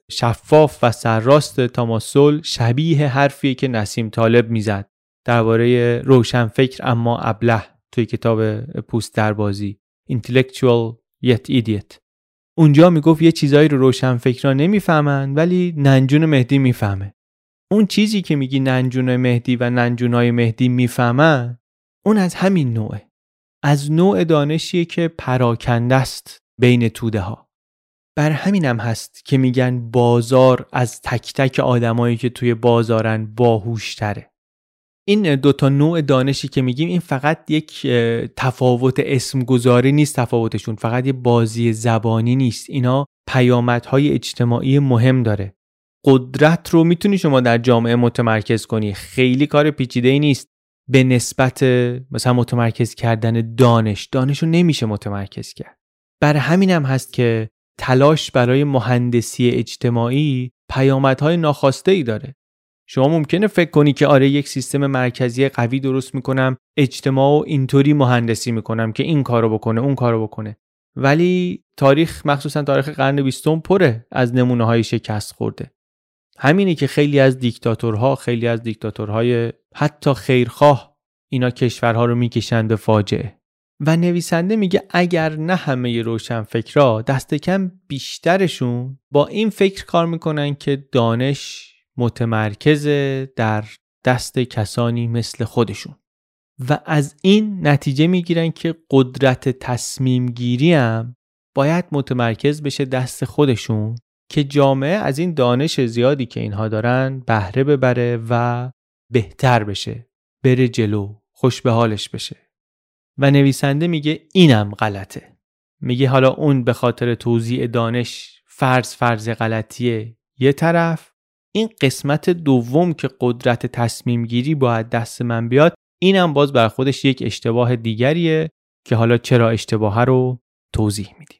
شفاف و سرراست تاماس سول شبیه حرفیه که نسیم طالب میزد درباره روشنفکر اما ابله توی کتاب پوست دربازی Intellectual Yet Idiot. اونجا میگفت یه چیزایی رو روشنفکران نمیفهمن ولی ننجون مهدی میفهمه. اون چیزی که میگی ننجون مهدی و ننجونای مهدی میفهمن، اون از همین نوعه. از نوع دانشیه که پراکنده است بین توده ها. بر همینم هست که میگن بازار از تک تک آدمایی که توی بازارن باهوشتره. این دو تا نوع دانشی که میگیم این فقط یک تفاوت اسم گذاری نیست، تفاوتشون فقط یه بازی زبانی نیست. اینا پیامدهای اجتماعی مهم داره. قدرت رو میتونی شما در جامعه متمرکز کنی، خیلی کار پیچیده‌ای نیست. به نسبت مثلا متمرکز کردن دانش، دانش رو نمیشه متمرکز کرد. بر همینم هست که تلاش برای مهندسی اجتماعی پیامدهای ناخواسته ای داره. شما ممکنه فکر کنی که آره یک سیستم مرکزی قوی درست میکنم، اجتماع و اینطوری مهندسی میکنم که این کارو بکنه اون کارو بکنه، ولی تاریخ مخصوصا تاریخ قرن بیستم پره از نمونه‌های شکست خورده. همینه که خیلی از دیکتاتورها، خیلی از دیکتاتورهای حتی خیرخواه، اینا کشورها رو میکشن به فاجعه. و نویسنده میگه اگر نه همه روشنفکرا، دست کم بیشترشون با این فکر کار میکنن که دانش متمرکز در دست کسانی مثل خودشون و از این نتیجه میگیرن که قدرت تصمیم گیری هم باید متمرکز بشه دست خودشون که جامعه از این دانش زیادی که اینها دارن بهره ببره و بهتر بشه، بره جلو، خوش به حالش بشه. و نویسنده میگه اینم غلطه. میگه حالا اون به خاطر توزیع دانش فرض فرض غلطیه یه طرف، این قسمت دوم که قدرت تصمیم گیری باید دست من بیاد، اینم باز بر خودش یک اشتباه دیگریه که حالا چرا اشتباه رو توضیح میدیم.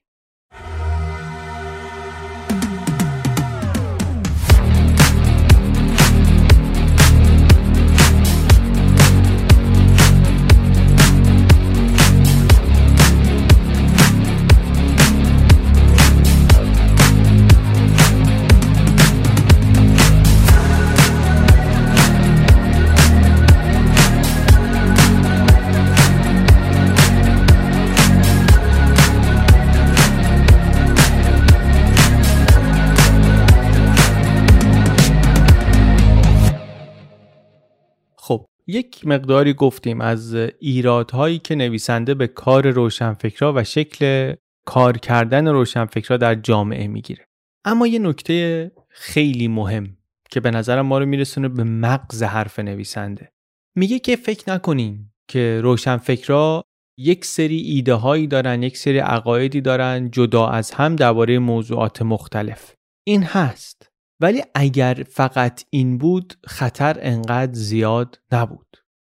یک مقداری گفتیم از ایرادهایی که نویسنده به کار روشنفکرا و شکل کار کردن روشنفکرا در جامعه میگیره. اما یه نکته خیلی مهم که به نظرم ما رو میرسونه به مغز حرف نویسنده، میگه که فکر نکنین که روشنفکرا یک سری ایده هایی دارن، یک سری عقایدی دارن جدا از هم درباره موضوعات مختلف. این هست، ولی اگر فقط این بود خطر انقدر زیاد نبود.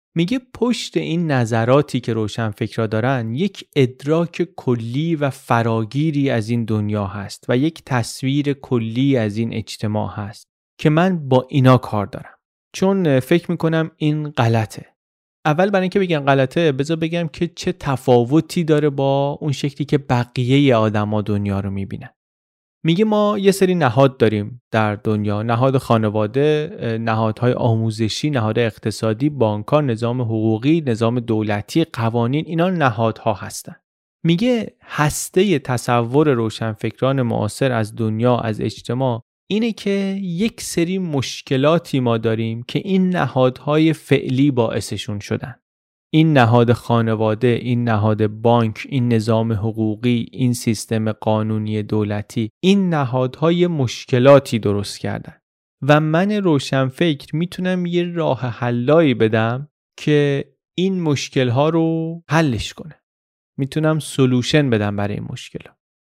میگه پشت این نظراتی که روشنفکرها دارن یک ادراک کلی و فراگیری از این دنیا هست و یک تصویر کلی از این اجتماع هست که من با اینا کار دارم، چون فکر میکنم این غلطه. اول برای اینکه بگم غلطه بذار بگم که چه تفاوتی داره با اون شکلی که بقیه آدما دنیا رو میبینن. میگه ما یه سری نهاد داریم در دنیا، نهاد خانواده، نهادهای آموزشی، نهاد اقتصادی، بانک‌ها، نظام حقوقی، نظام دولتی، قوانین، اینا نهادها هستن. میگه هسته تصور روشنفکران معاصر از دنیا، از اجتماع اینه که یک سری مشکلاتی ما داریم که این نهادهای فعلی باعثشون شدن. این نهاد خانواده، این نهاد بانک، این نظام حقوقی، این سیستم قانونی دولتی، این نهادهای مشکلاتی درست کردن و من روشنفکر میتونم یه راه حلایی بدم که این مشکلها رو حلش کنه. میتونم سولوشن بدم برای این مشکلها.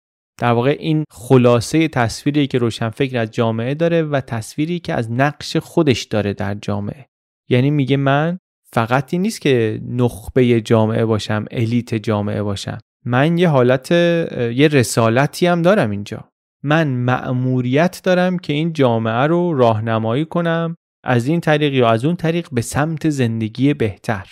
در واقع این خلاصه تصویری که روشنفکر از جامعه داره و تصویری که از نقش خودش داره در جامعه. یعنی میگه من فقط این نیست که نخبه جامعه باشم، الیت جامعه باشم. من یه حالت، یه رسالتی هم دارم اینجا. من مأموریت دارم که این جامعه رو راهنمایی کنم از این طریق یا از اون طریق به سمت زندگی بهتر.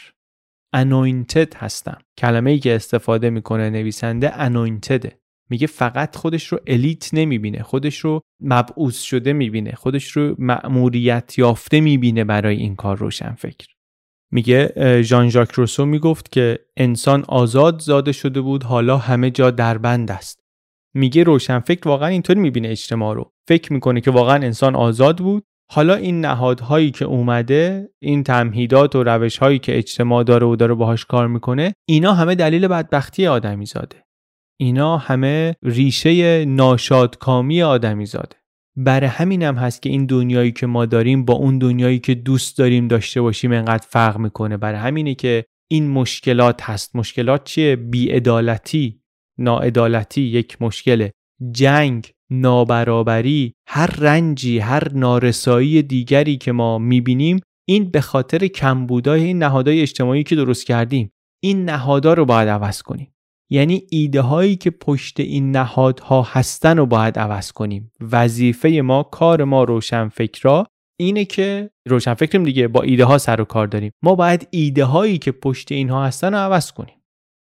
anointed هستم. کلمه‌ای که استفاده میکنه نویسنده anointedه. میگه فقط خودش رو الیت نمیبینه، خودش رو مبعوث شده میبینه، خودش رو مأموریت یافته میبینه برای این کار روشنفکر. میگه ژان ژاک روسو میگفت که انسان آزاد زاده شده بود، حالا همه جا دربند است. میگه روشنفکر واقعا اینطوری میبینه اجتماع رو. فکر میکنه که واقعا انسان آزاد بود، حالا این نهادهایی که اومده، این تمهیدات و روشهایی که اجتماع داره و داره باهاش کار میکنه، اینا همه دلیل بدبختی آدمی زاده. اینا همه ریشه ناشادکامی آدمی زاده. برای همین هم هست که این دنیایی که ما داریم با اون دنیایی که دوست داریم داشته باشیم انقدر فرق میکنه. برای همینه که این مشکلات هست. مشکلات چیه؟ بی‌عدالتی، ناعدالتی یک مشکله، جنگ، نابرابری، هر رنجی، هر نارسایی دیگری که ما میبینیم، این به خاطر کمبودای این نهادهای اجتماعی که درست کردیم. این نهادها رو باید عوض کنیم. یعنی ایده هایی که پشت این نهادها هستن رو باید عوض کنیم. وظیفه ما، کار ما روشنفکرا اینه که روشنفکریم دیگه، با ایده ها سر و کار داریم. ما باید ایده هایی که پشت اینها هستن رو عوض کنیم.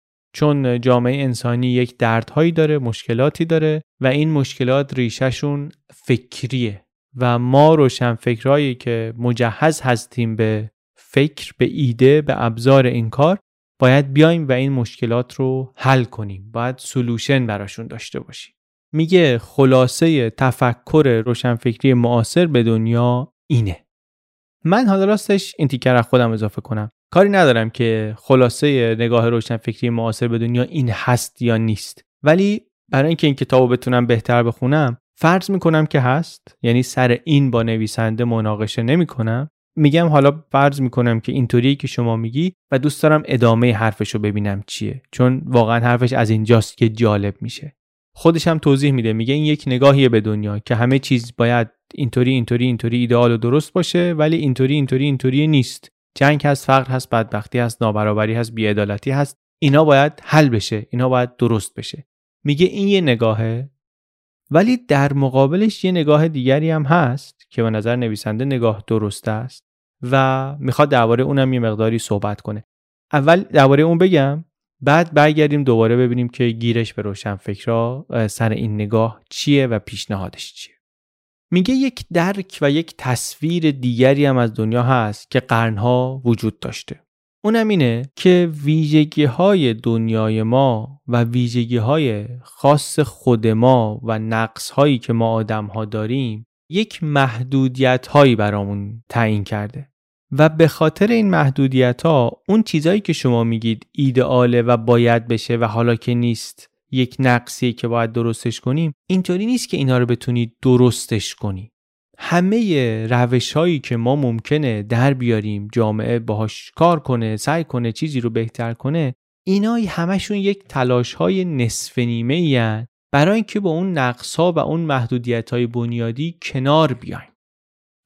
چون جامعه انسانی یک دردهایی داره، مشکلاتی داره و این مشکلات ریشهشون فکریه و ما روشنفکرایی که مجهز هستیم به فکر، به ایده، به ابزار این کار، باید بیایم و این مشکلات رو حل کنیم. باید سولوشن براشون داشته باشیم. میگه خلاصه تفکر روشنفکری معاصر به دنیا اینه. من حالا راستش این تیکر از خودم اضافه کنم. کاری ندارم که خلاصه نگاه روشنفکری معاصر به دنیا این هست یا نیست. ولی برای اینکه این کتابو بتونم بهتر بخونم، فرض میکنم که هست. یعنی سر این با نویسنده مناقشه نمیکنم. میگم حالا فرض میکنم که اینطوریه که شما میگی و دوست دارم ادامه حرفشو ببینم چیه، چون واقعا حرفش از اینجاست که جالب میشه. خودش هم توضیح میده، میگه این یک نگاهیه به دنیا که همه چیز باید اینطوری اینطوری اینطوری ایدئال و درست باشه، ولی اینطوری اینطوری اینطوری نیست. جنگ هست، فقر هست، بدبختی هست، نابرابری هست، بی‌عدالتی هست. اینا باید حل بشه، اینا باید درست بشه. میگه این یه نگاهه، ولی در مقابلش یه نگاه دیگری هم هست که به نظر نویسنده نگاه درسته است و میخواد درباره اونم یه مقداری صحبت کنه. اول درباره اون بگم، بعد برگردیم دوباره ببینیم که گیرش به روشنفکرا سر این نگاه چیه و پیشنهادش چیه. میگه یک درک و یک تصویر دیگری هم از دنیا هست که قرنها وجود داشته. اونم اینه که ویژگی‌های دنیای ما و ویژگی‌های خاص خود ما و نقص‌هایی که ما آدم‌ها داریم یک محدودیت‌هایی برامون تعیین کرده و به خاطر این محدودیت‌ها اون چیزایی که شما میگید ایدئاله و باید بشه و حالا که نیست یک نقصی که باید درستش کنیم، اینطوری نیست که اینا رو بتونید درستش کنی. همه روش‌هایی که ما ممکنه در بیاریم جامعه باهاش کار کنه، سعی کنه چیزی رو بهتر کنه، اینا همشون یک تلاش‌های نصف نیمه‌ای هستند برای اینکه با اون نقص‌ها و اون محدودیت‌های بنیادی کنار بیایم.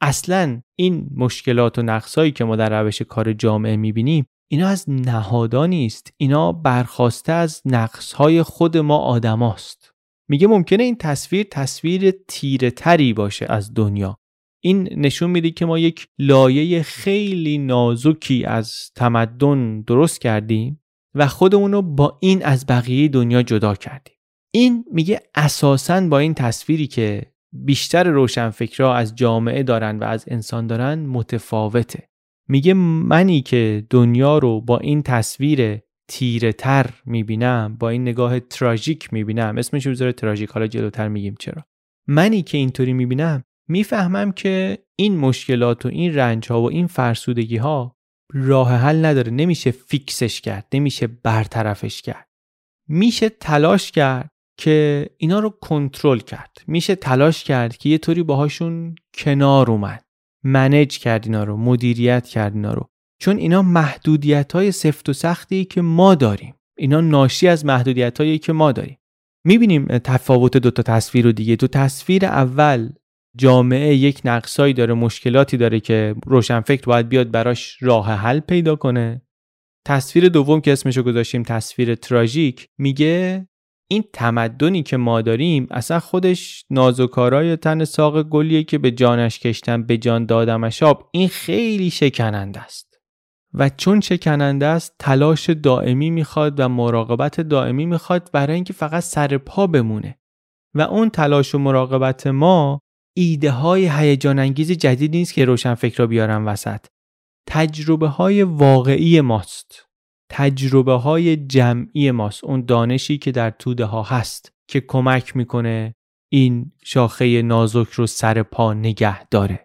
اصلاً این مشکلات و نقصایی که ما در روش کار جامعه میبینیم اینا از نهادانی است، اینا برخواسته از نقصهای خود ما آدماست. میگه ممکنه این تصویر تصویر تیره تری باشه از دنیا. این نشون میده که ما یک لایه خیلی نازکی از تمدن درست کردیم و خودمون رو با این از بقیه دنیا جدا کردیم. این میگه اساساً با این تصویری که بیشتر روشنفکرها از جامعه دارن و از انسان دارن متفاوته. میگه منی که دنیا رو با این تصویر تیره تر میبینم، با این نگاه تراژیک میبینم، اسمش رو بذاره تراژیک، حالا جلوتر میگیم چرا. منی که اینطوری میبینم میفهمم که این مشکلات و این رنج ها و این فرسودگی ها راه حل نداره، نمیشه فیکسش کرد، نمیشه برطرفش کرد. میشه تلاش کرد که اینا رو کنترل کرد، میشه تلاش کرد که یه طوری باهاشون کنار اومد، منیج کرد اینا رو، مدیریت کرد اینا رو، چون اینا محدودیت‌های سفت و سختی که ما داریم، اینا ناشی از محدودیت‌هایی که ما داریم. میبینیم تفاوت دو تا تصویر رو دیگه. تو تصویر اول جامعه یک نقصایی داره، مشکلاتی داره که روشنفکر باید بیاد براش راه حل پیدا کنه. تصویر دوم که اسمشو گذاشتیم تصویر تراژیک، میگه این تمدنی که ما داریم اصلا خودش نازوکارای تن ساق گلیه که به جانش کشتم، به جان دادمش آب. این خیلی شکننده است و چون شکننده است تلاش دائمی میخواد و مراقبت دائمی میخواد برای اینکه فقط سر پا بمونه. و اون تلاش و مراقبت ما ایده های هیجان انگیز جدید نیست که روشنفکرها بیارن وسط. تجربه های واقعی ماست، تجربه های جمعی ماست، اون دانشی که در توده ها هست که کمک میکنه این شاخه نازک رو سر پا نگه داره.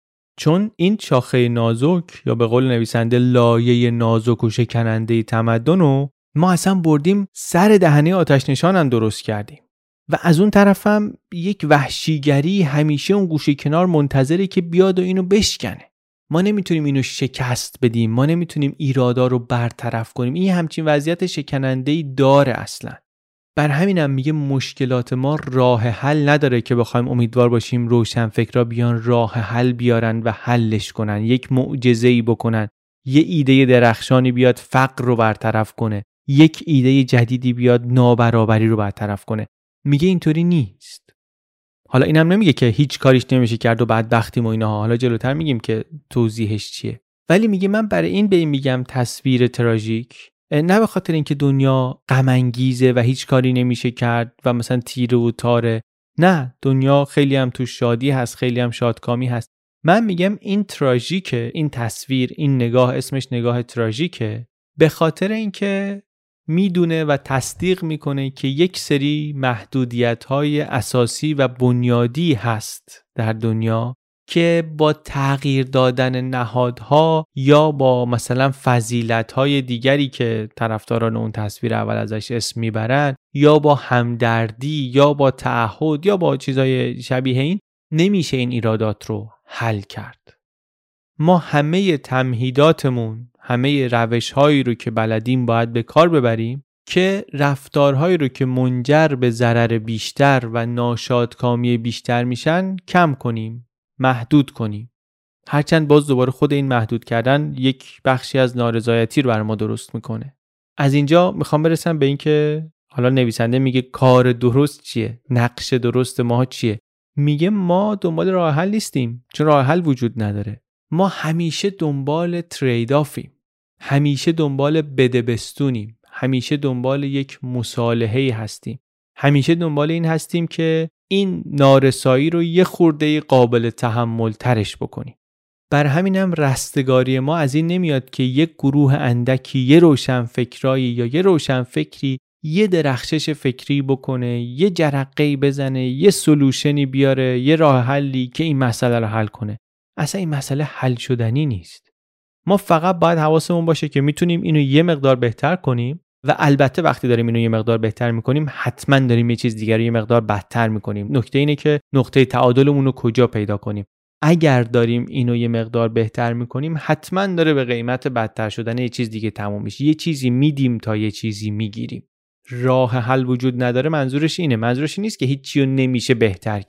چون این شاخه نازک یا به قول نویسنده لایه نازک و شکننده تمدن رو ما اصلا بردیم سر دهنه آتش نشانم درست کردیم و از اون طرف هم یک وحشیگری همیشه اون گوشه کنار منتظره که بیاد و اینو بشکنه. ما نمیتونیم اینو شکست بدیم، ما نمیتونیم ایرادا رو برطرف کنیم. این همچین وضعیت شکننده‌ای داره اصلا. بر همینم میگه مشکلات ما راه حل نداره که بخوایم امیدوار باشیم روشنفکرها بیان راه حل بیارن و حلش کنن، یک معجزه‌ای بکنن، یه ایده درخشانی بیاد فقر رو برطرف کنه، یک ایده جدیدی بیاد نابرابری رو برطرف کنه. میگه اینطوری نیست. حالا اینم نمیگه که هیچ کاریش نمیشه کرد و بدبختیم و اینها، حالا جلوتر میگیم که توضیحش چیه. ولی میگه من برای این به این میگم تصویر تراژیک، نه به خاطر اینکه دنیا غم انگیزه و هیچ کاری نمیشه کرد و مثلا تیره و تاره، نه، دنیا خیلی هم تو شادی هست، خیلی هم شادکامی هست. من میگم این تراژیکه، این تصویر، این نگاه، اسمش نگاه تراژیکه به خاطر اینکه میدونه و تصدیق میکنه که یک سری محدودیت‌های اساسی و بنیادی هست در دنیا که با تغییر دادن نهادها یا با مثلا فضیلت‌های دیگری که طرفداران اون تصویر اول ازش اسم میبرن یا با همدردی یا با تعهد یا با چیزای شبیه این نمیشه این ایرادات رو حل کرد. ما همه تمهیداتمون، همه روش‌هایی رو که بلدیم باید به کار ببریم که رفتارهایی رو که منجر به ضرر بیشتر و ناشادکامی بیشتر میشن کم کنیم، محدود کنیم. هرچند باز دوباره خود این محدود کردن یک بخشی از نارضایتی رو بر ما درست میکنه. از اینجا میخوام برسم به این که حالا نویسنده میگه کار درست چیه؟ نقش درست ما چیه؟ میگه ما دنبال راه حل نیستیم، چون راه حل وجود نداره. ما همیشه دنبال ترید آفیم، همیشه دنبال بدبستونیم، همیشه دنبال یک مصالحه‌ای هستیم، همیشه دنبال این هستیم که این نارسایی رو یه خورده قابل تحمل ترش بکنیم. بر همینم رستگاری ما از این نمیاد که یک گروه اندکی، یه روشنفکرایی یا یه روشنفکری یه درخشش فکری بکنه، یه جرقه‌ای بزنه، یه سولوشنی بیاره، یه راه حلی که این مسئله رو حل کنه. اصلا این مسئله حل شدنی نیست. ما فقط باید حواسمون باشه که میتونیم اینو یه مقدار بهتر کنیم و البته وقتی داریم اینو یه مقدار بهتر میکنیم حتما داریم یه چیز دیگه رو یه مقدار بدتر میکنیم. نکته اینه که نقطه تعادلمون رو کجا پیدا کنیم. اگر داریم اینو یه مقدار بهتر میکنیم حتما داره به قیمت بدتر شدن یه چیز دیگه تموم میشه. یه چیزی میدیم تا یه چیزی میگیریم. راه حل وجود نداره منظورش اینه. منظورش این نیست که هیچ چیزو نمیشه بهتر کرد.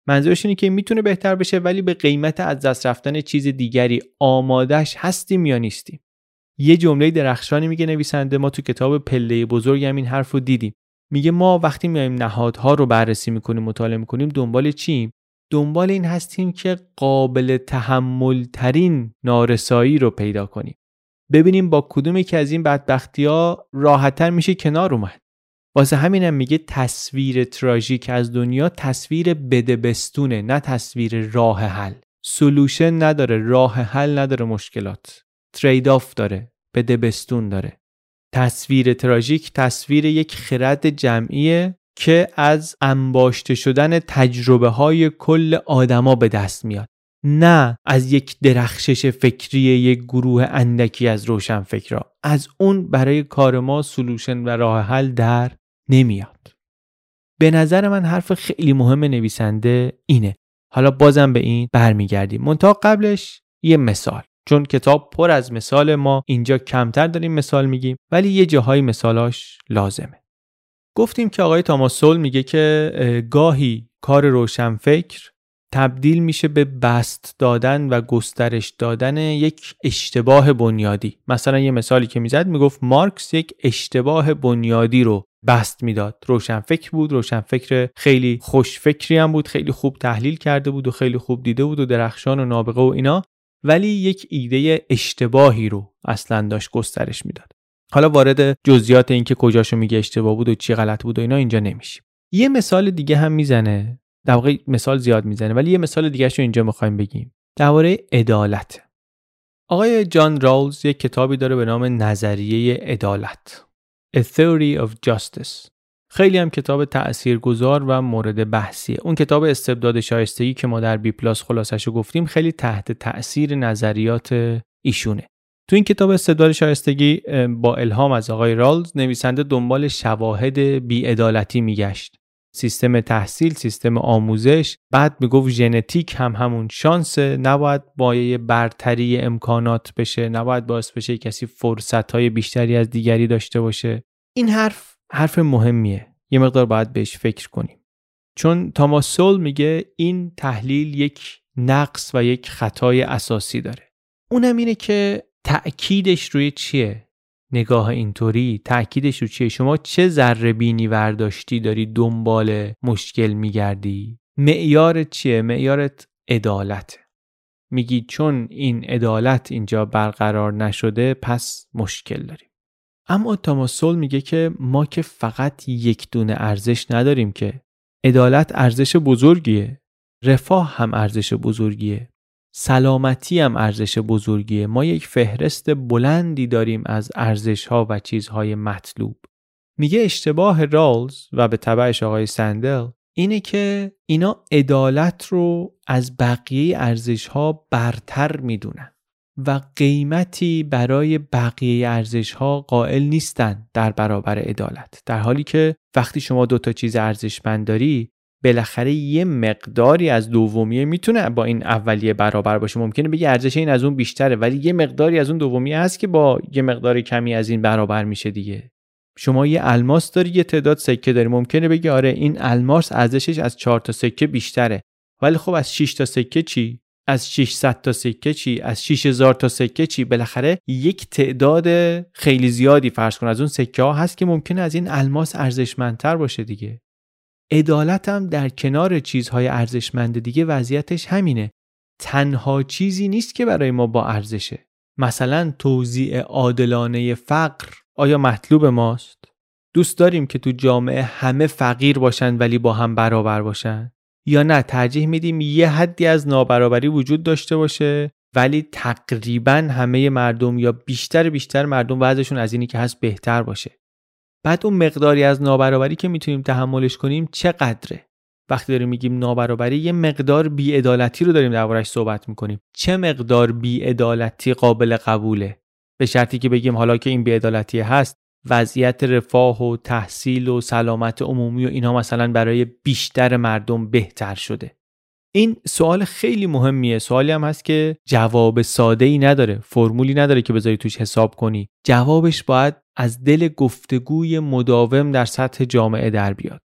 منظورش اینه که میتونه بهتر بشه ولی به قیمت از دست رفتن چیز دیگری. آمادهش هستیم یا نیستیم؟ یه جمله درخشانی میگه نویسنده، ما تو کتاب پله بزرگ هم این حرف رو دیدیم. میگه ما وقتی میایم نهادها رو بررسی میکنیم، مطالعه میکنیم، دنبال چیم؟ دنبال این هستیم که قابل تحمل ترین نارسایی رو پیدا کنیم. ببینیم با کدوم که از این بدبختی‌ها راحت‌تر میشه کنار اومد. واسه همینم میگه تصویر تراژیک از دنیا تصویر بدبستونه، نه تصویر راه حل. سولوشن نداره، راه حل نداره، مشکلات ترید آف داره، بدبستون داره. تصویر تراژیک تصویر یک خرد جمعیه که از انباشته شدن تجربه های کل آدما به دست میاد، نه از یک درخشش فکری یک گروه اندکی از روشن فکرها. از اون برای کار ما سولوشن و راه حل در نمیاد. به نظر من حرف خیلی مهم نویسنده اینه. حالا بازم به این برمیگردیم، منتها قبلش یه مثال، چون کتاب پر از مثال، ما اینجا کمتر داریم مثال میگیم ولی یه جاهای مثالاش لازمه. گفتیم که آقای تاماس سول میگه که گاهی کار روشنفکر تبدیل میشه به بست دادن و گسترش دادن یک اشتباه بنیادی. مثلا یه مثالی که میزد، میگفت مارکس یک اشتباه بنیادی رو بست میداد. روشنفکر بود، روشنفکر خیلی خوشفکری هم بود، خیلی خوب تحلیل کرده بود و خیلی خوب دیده بود و درخشان و نابغه و اینا، ولی یک ایده اشتباهی رو اصلا داشت گسترش میداد. حالا وارد جزئیات این که کجاشو میگه اشتباه بود و چی غلط بود و اینا اینجا نمیشیم. یه مثال دیگه هم میزنه، در واقع مثال زیاد میزنه ولی یه مثال دیگه شو اینجا میخوایم بگیم، درباره عدالت. آقای جان رالز یک کتابی داره به نام نظریه عدالت، A Theory of Justice. خیلی هم کتاب تأثیرگذار و مورد بحثیه. اون کتاب استبداد شایستگی که ما در بی پلاس خلاصشو گفتیم خیلی تحت تأثیر نظریات ایشونه. تو این کتاب استبداد شایستگی با الهام از آقای رالز، نویسنده دنبال شواهد بی‌عدالتی میگشت. سیستم تحصیل، سیستم آموزش، بعد میگفت ژنتیک هم همون شانسه، نباید بایه برتری امکانات بشه، نباید باعث بشه کسی فرصت‌های بیشتری از دیگری داشته باشه. این حرف حرف مهمیه، یه مقدار باید بهش فکر کنیم، چون تاماس سول میگه این تحلیل یک نقص و یک خطای اساسی داره. اونم اینه که تأکیدش روی چیه؟ نگاه اینطوری تأکیدش رو چیه؟ شما چه ذره بینی ورداشتی داری دنبال مشکل میگردی؟ معیارت چیه؟ معیارت عدالته. میگی چون این عدالت اینجا برقرار نشده پس مشکل داریم. اما تاماس سول میگه که ما که فقط یک دونه ارزش نداریم، که عدالت ارزش بزرگیه، رفاه هم ارزش بزرگیه، سلامتی هم ارزش بزرگیه. ما یک فهرست بلندی داریم از ارزش‌ها و چیزهای مطلوب. میگه اشتباه رالز و به تبعش آقای سندل اینه که اینا عدالت رو از بقیه ارزش‌ها برتر میدونن و قیمتی برای بقیه ارزش‌ها قائل نیستن در برابر عدالت، در حالی که وقتی شما دو تا چیز ارزشمند داری، بالاخره یه مقداری از دومیه میتونه با این اولیه برابر باشه. ممکنه بگی ارزش این از اون بیشتره، ولی یه مقداری از اون دومیه هست که با یه مقدار کمی از این برابر میشه دیگه. شما یه الماس داری، یه تعداد سکه داری، ممکنه بگی آره این الماس ارزشش از چهار تا سکه بیشتره، ولی خب از شش تا سکه چی؟ از ششصد تا سکه چی؟ از شش هزار تا سکه چی؟ بالاخره یک تعداد خیلی زیادی فرض کن از اون سکه ها هست که ممکنه از این الماس ارزشمندتر باشه دیگه. عدالت هم در کنار چیزهای ارزشمند دیگه وضعیتش همینه. تنها چیزی نیست که برای ما با ارزشه. مثلا توزیع عادلانه فقر آیا مطلوب ماست؟ دوست داریم که تو جامعه همه فقیر باشن ولی با هم برابر باشن؟ یا نه ترجیح میدیم یه حدی از نابرابری وجود داشته باشه ولی تقریبا همه مردم یا بیشتر بیشتر مردم وضعشون از اینی که هست بهتر باشه؟ بعد اون مقداری از نابرابری که میتونیم تحملش کنیم چقدره؟ وقتی داریم میگیم نابرابری، یه مقدار بی‌عدالتی رو داریم دربارش صحبت میکنیم. چه مقدار بی‌عدالتی قابل قبوله؟ به شرطی که بگیم حالا که این بی‌عدالتی هست، وضعیت رفاه و تحصیل و سلامت عمومی و اینا مثلا برای بیشتر مردم بهتر شده. این سوال خیلی مهمیه. سوالی هم هست که جواب ساده‌ای نداره، فرمولی نداره که بذاری توش حساب کنی. جوابش باید از دل گفتگوی مداوم در سطح جامعه در بیاد.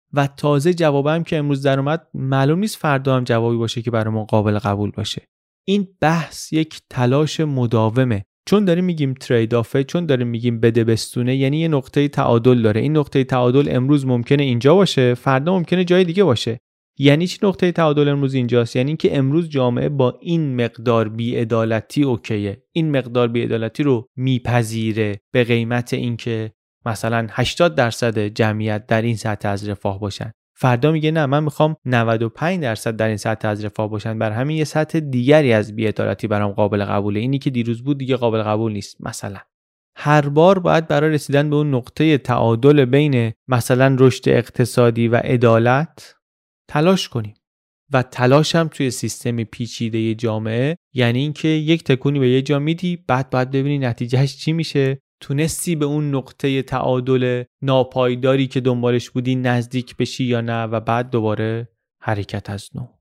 و تازه جوابم که امروز در اومد معلوم نیست فردا هم جوابی باشه که برای ما قابل قبول باشه. این بحث یک تلاش مداومه، چون داریم میگیم ترید آفه، چون داریم میگیم بده بستونه، یعنی یه نقطه تعادل داره. این نقطه تعادل امروز ممکنه اینجا باشه، فردا ممکنه جای دیگه باشه. یعنی چی نقطه تعادل امروز اینجاست؟ یعنی اینکه امروز جامعه با این مقدار بی‌عدالتی اوکیه، این مقدار بی‌عدالتی رو میپذیره به قیمت اینکه مثلا هشتاد درصد جمعیت در این سطح از رفاه باشن. فردا میگه نه، من میخوام نود و پنج درصد در این سطح از رفاه باشن، بر همین یه سطح دیگری از بی‌عدالتی برام قابل قبوله، اینی که دیروز بود دیگه قابل قبول نیست. مثلا هر بار باید برای رسیدن به اون نقطه تعادل بین مثلا رشد اقتصادی و عدالت تلاش کنیم و تلاش هم توی سیستم پیچیده جامعه یعنی اینکه یک تکونی به یه جا میدی، بعد باید ببینی نتیجهش چی میشه، تونستی به اون نقطه تعادل ناپایداری که دنبالش بودی نزدیک بشی یا نه، و بعد دوباره حرکت از نو.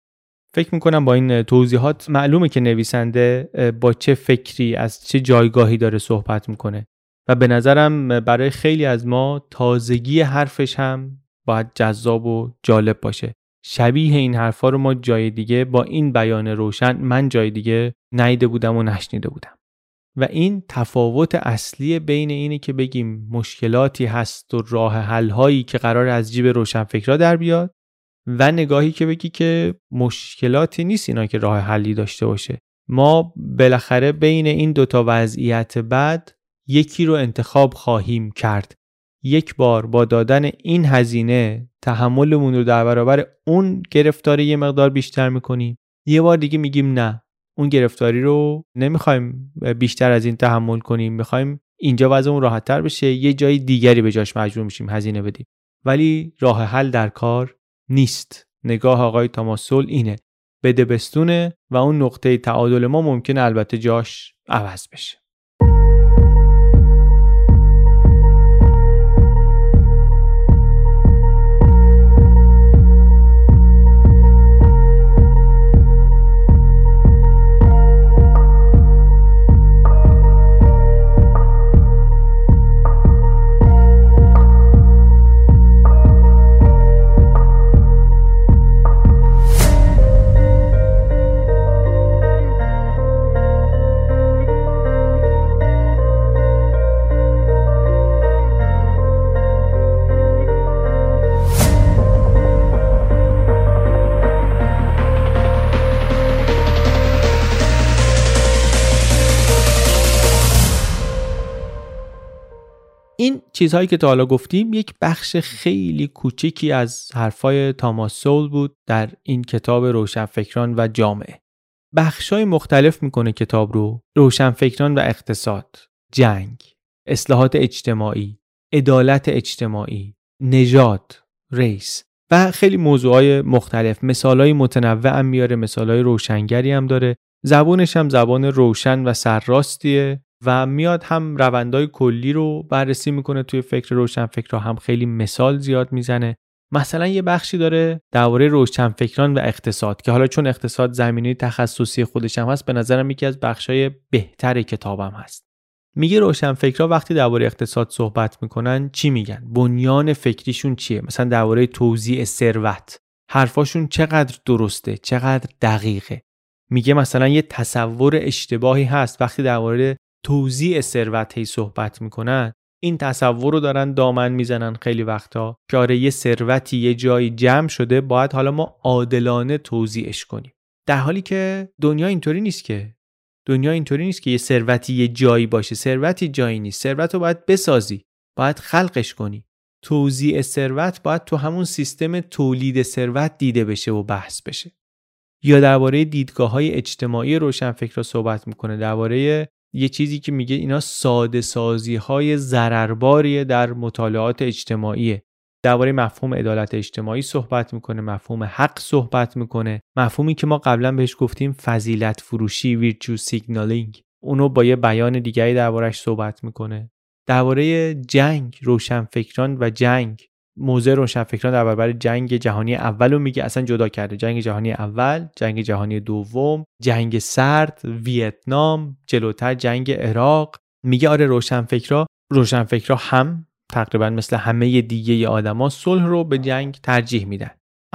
فکر میکنم با این توضیحات معلومه که نویسنده با چه فکری از چه جایگاهی داره صحبت میکنه و به نظرم برای خیلی از ما تازگی حرفش هم باید جذاب و جالب باشه. شبیه این حرفا رو ما جای دیگه با این بیان روشن من جای دیگه ندیده بودم و نشنیده بودم. و این تفاوت اصلی بین اینه که بگیم مشکلاتی هست و راه حل هایی که قرار از جیب روشنفکرا در بیاد، و نگاهی که بگی که مشکلاتی نیست اینا که راه حلی داشته باشه. ما بالاخره بین این دوتا وضعیت بد یکی رو انتخاب خواهیم کرد. یک بار با دادن این هزینه تحملمون رو در برابر اون گرفتاری یه مقدار بیشتر میکنیم، یه بار دیگه میگیم نه، اون گرفتاری رو نمیخوایم بیشتر از این تحمل کنیم، میخوایم اینجا وضعمون راحت تر بشه، یه جای دیگری به جاش مجبور میشیم هزینه بدیم. ولی راه حل در کار نیست. نگاه آقای توماس سول اینه، بده بستونه و اون نقطه تعادل ما ممکنه البته جاش عوض بشه. این چیزهایی که تا حالا گفتیم یک بخش خیلی کوچیکی از حرفای توماس سول بود در این کتاب روشنفکران و جامعه. بخشای مختلف میکنه کتاب رو: روشنفکران و اقتصاد، جنگ، اصلاحات اجتماعی، عدالت اجتماعی، نژاد، ریس و خیلی موضوعای مختلف. مثالای متنوع هم میاره، مثالای روشنگری هم داره. زبانش هم زبان روشن و سرراستیه و میاد هم روندهای کلی رو بررسی میکنه توی فکر روشنفکرها، هم خیلی مثال زیاد میزنه. مثلا یه بخشی داره درباره روشنفکران و اقتصاد که حالا چون اقتصاد زمینه تخصصی خودش هم هست، به نظرم یکی از بخشای بهتر کتابم هست. میگه روشنفکرها وقتی درباره اقتصاد صحبت میکنن چی میگن؟ بنیان فکریشون چیه؟ مثلا درباره توزیع ثروت حرفاشون چقدر درسته، چقدر دقیقه. میگه مثلا یه تصور اشتباهی هست وقتی درباره توزیع ثروت هی صحبت میکنن، این تصور رو دارن دامن میزنن خیلی وقتا که آره یه ثروتی یه جایی جمع شده، باید حالا ما عادلانه توزیعش کنیم. در حالی که دنیا اینطوری نیست که دنیا اینطوری نیست که یه ثروتی یه جایی باشه. ثروتی جایی نیست. ثروت رو باید بسازی، باید خلقش کنی. توزیع ثروت باید تو همون سیستم تولید ثروت دیده بشه و بحث بشه. یا درباره دیدگاه‌های اجتماعی روشنفکرها صحبت میکنه، درباره یه چیزی که میگه اینا ساده سازی های ضررباریه در مطالعات اجتماعیه. درباره مفهوم عدالت اجتماعی صحبت میکنه، مفهوم حق صحبت میکنه، مفهومی که ما قبلا بهش گفتیم فضیلت فروشی، ویرچو سیگنالینگ، اونو با یه بیان دیگری درباره‌اش صحبت میکنه. درباره جنگ، روشنفکران و جنگ، موضوع روشنفکران در برابر جنگ جهانی اول رو میگه اصلا جدا کرده. جنگ جهانی اول، جنگ جهانی دوم، جنگ سرد، ویتنام، جلوتر جنگ عراق. میگه آره روشنفکرها روشنفکرها هم تقریبا مثل همه دیگه آدما صلح رو به جنگ ترجیح میدن.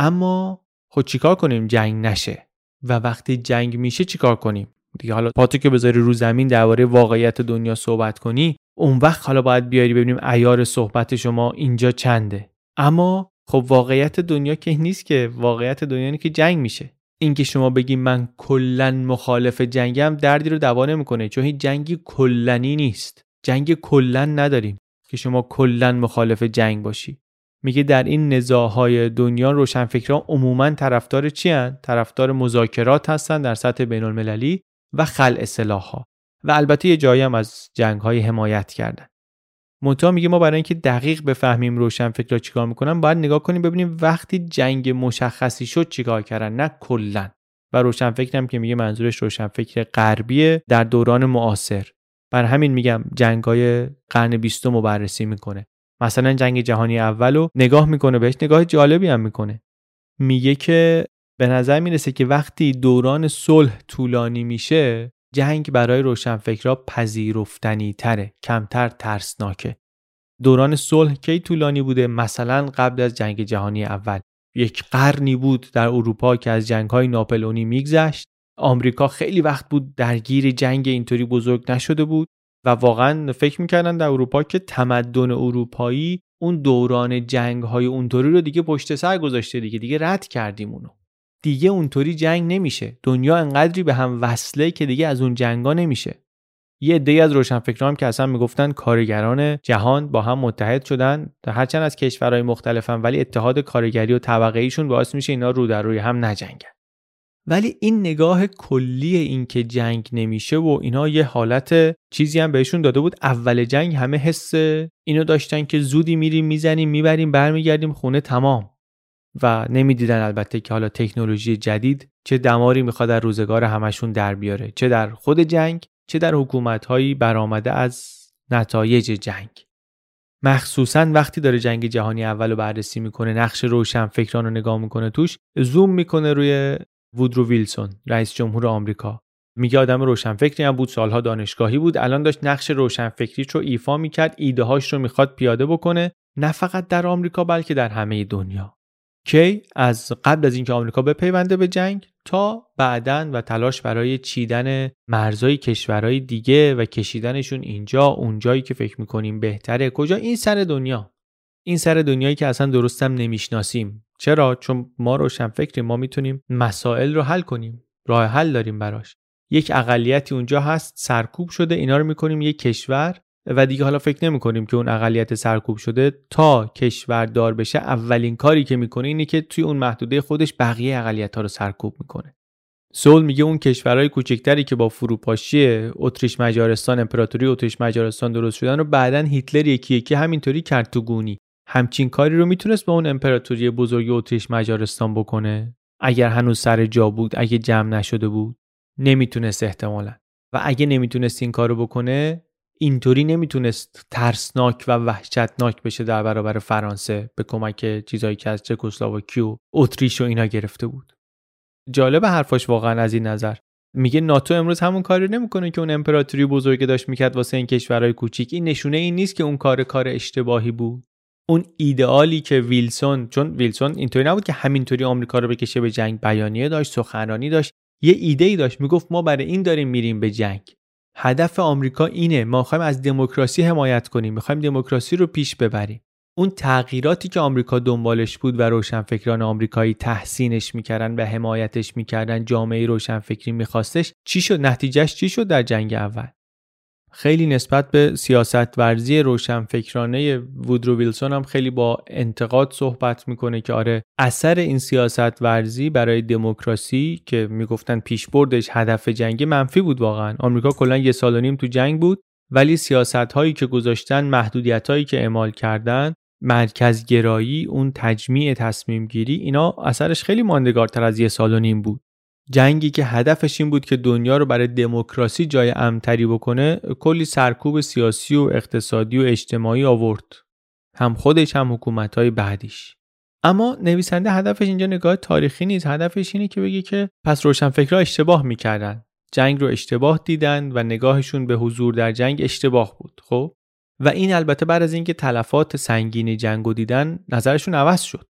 اما خب چیکار کنیم جنگ نشه؟ و وقتی جنگ میشه چیکار کنیم؟ دیگه حالا پاتو که بذاری رو زمین درباره واقعیت دنیا صحبت کنی، اون وقت حالا باید بیاری ببینیم عیار صحبت شما اینجا چنده. اما خب واقعیت دنیا که نیست که، واقعیت دنیا اینه که جنگ میشه. این که شما بگی من کلاً مخالف جنگم دردی رو دوا نمیکنه، چون هیچ جنگی کلنی نیست. جنگ کلاً نداریم که شما کلاً مخالف جنگ باشی. میگه در این نزاع‌های دنیا روشنفکران عموماً طرفدار چی هستند؟ طرفدار مذاکرات هستن در سطح بین‌المللی و خلع سلاح‌ها و البته یه جایی هم از جنگ‌های حمایت کردن. منتها میگه ما برای اینکه دقیق بفهمیم روشنفکرا چیکار میکنن باید نگاه کنیم ببینیم وقتی جنگ مشخصی شد چیکار کردن، نه کلاً. و روشنفکرم که میگه منظورش روشنفکر غربیه در دوران معاصر. بر همین میگم جنگ‌های قرن بیستم رو بررسی میکنه. مثلا جنگ جهانی اول رو نگاه میکنه، بهش نگاه جالبی هم میکنه. میگه که به نظر میرسه که وقتی دوران صلح طولانی میشه جنگ برای روشنفکرها پذیرفتنی تره، کمتر ترسناکه. دوران صلح کی طولانی بوده؟ مثلا قبل از جنگ جهانی اول یک قرنی بود در اروپا که از جنگ‌های ناپلئونی میگذشت. آمریکا خیلی وقت بود درگیر جنگ اینطوری بزرگ نشده بود و واقعا فکر میکردن در اروپا که تمدن اروپایی اون دوران جنگ‌های اونطوری رو دیگه پشت سر گذاشته، دیگه دیگه رد کردیم اونو. دیگه اونطوری جنگ نمیشه. دنیا انقدری به هم وصله که دیگه از اون جنگا نمیشه. یه عده‌ای از روشنفکران که اصلا میگفتن کارگران جهان با هم متحد شدن، هرچند از کشورهای مختلفن ولی اتحاد کارگری و طبقه‌ایشون باعث میشه اینا رو در روی هم نجنگن. ولی این نگاه کلی این که جنگ نمیشه و اینا یه حالت چیزی هم بهشون داده بود. اول جنگ همه حس اینو داشتن که زودی میریم میزنیم میبریم برمیگردیم خونه تمام و نمیدیدن البته که حالا تکنولوژی جدید چه دماری میخواد در روزگار همشون در بیاره، چه در خود جنگ چه در حکومت‌هایی برآمده از نتایج جنگ. مخصوصاً وقتی داره جنگ جهانی اول رو بررسی میکنه، نقش روشنفکران رو نگاه میکنه، توش زوم میکنه روی وودرو ویلسون رئیس جمهور آمریکا. میگه آدم روشنفکری هم بود، سالها دانشگاهی بود، الان داشت نقش روشنفکریش رو ایفا میکرد، ایده‌هاش رو میخواد پیاده بکنه نه فقط در آمریکا بلکه در همه دنیا. کی؟ از قبل از اینکه آمریکا بپیونده به جنگ تا بعداً و تلاش برای چیدن مرزهای کشورهای دیگه و کشیدنشون اینجا اونجایی که فکر میکنیم بهتره. کجا؟ این سر دنیا. این سر دنیایی که اصلا درستم نمیشناسیم. چرا؟ چون ما روشنفکریم، ما میتونیم مسائل رو حل کنیم، راه حل داریم براش. یک اقلیتی اونجا هست سرکوب شده، اینا رو میکنیم یک کشور و دیگه حالا فکر نمی کنیم که اون اقلیت سرکوب شده تا کشور دار بشه اولین کاری که میکنه اینه که توی اون محدوده خودش بقیه اقلیت‌ها رو سرکوب میکنه. سول میگه اون کشورهای کوچکتری که با فروپاشی اتریش مجارستان، امپراتوری اتریش مجارستان درست شدن رو بعدن هیتلر یکی یکی همینطوری کرد تو گونی. همچین کاری رو میتونست با اون امپراتوری بزرگ اتریش مجارستان بکنه اگر هنوز سر جا بود، اگه جمع نشده بود؟ نمیتونست احتمالاً. و اگه نمیتونست این کارو بکنه اینطوری نمیتونست ترسناک و وحشتناک بشه در برابر فرانسه به کمک چیزایی که از چکسلواکی و اتریش و اینا گرفته بود. جالب حرفاش واقعا از این نظر. میگه ناتو امروز همون کاری نمیکنه که اون امپراتوری بزرگ داشت میکرد واسه این کشورهای کوچیک. این نشونه این نیست که اون کار کار اشتباهی بود. اون ایدئالی که ویلسون، چون ویلسون اینطوری نبود که همینطوری آمریکا رو بکشه به جنگ، بیانیه داشت، سخنرانی داشت، یه ایده‌ای داشت، میگفت ما برای این داریم میریم به جنگ. هدف آمریکا اینه، ما می‌خوایم از دموکراسی حمایت کنیم، می‌خوایم دموکراسی رو پیش ببریم. اون تغییراتی که آمریکا دنبالش بود و روشنفکران آمریکایی تحسینش می‌کردن و حمایتش می‌کردن، جامعه روشنفکری می‌خواستش، چی شد؟ نتیجهش چی شد در جنگ اول؟ خیلی نسبت به سیاست ورزی روشنفکرانه وودرو ویلسون هم خیلی با انتقاد صحبت میکنه که آره اثر این سیاست ورزی برای دموکراسی که میگفتن پیشبردش هدف جنگی منفی بود. واقعا آمریکا کلا یه سال و نیم تو جنگ بود ولی سیاست هایی که گذاشتن، محدودیت هایی که اعمال کردن، مرکزگرایی، اون تجمیع تصمیم گیری، اینا اثرش خیلی ماندگارتر از یه سال و نیم بود. جنگی که هدفش این بود که دنیا رو برای دموکراسی جای امن‌تری بکنه، کلی سرکوب سیاسی و اقتصادی و اجتماعی آورد، هم خودش هم حکومت‌های بعدیش. اما نویسنده هدفش اینجا نگاه تاریخی نیست، هدفش اینه که بگه که پس روشنفکرها اشتباه می‌کردن، جنگ رو اشتباه دیدن و نگاهشون به حضور در جنگ اشتباه بود. خب و این البته بعد از اینکه تلفات سنگین جنگو دیدن نظرشون عوض شد.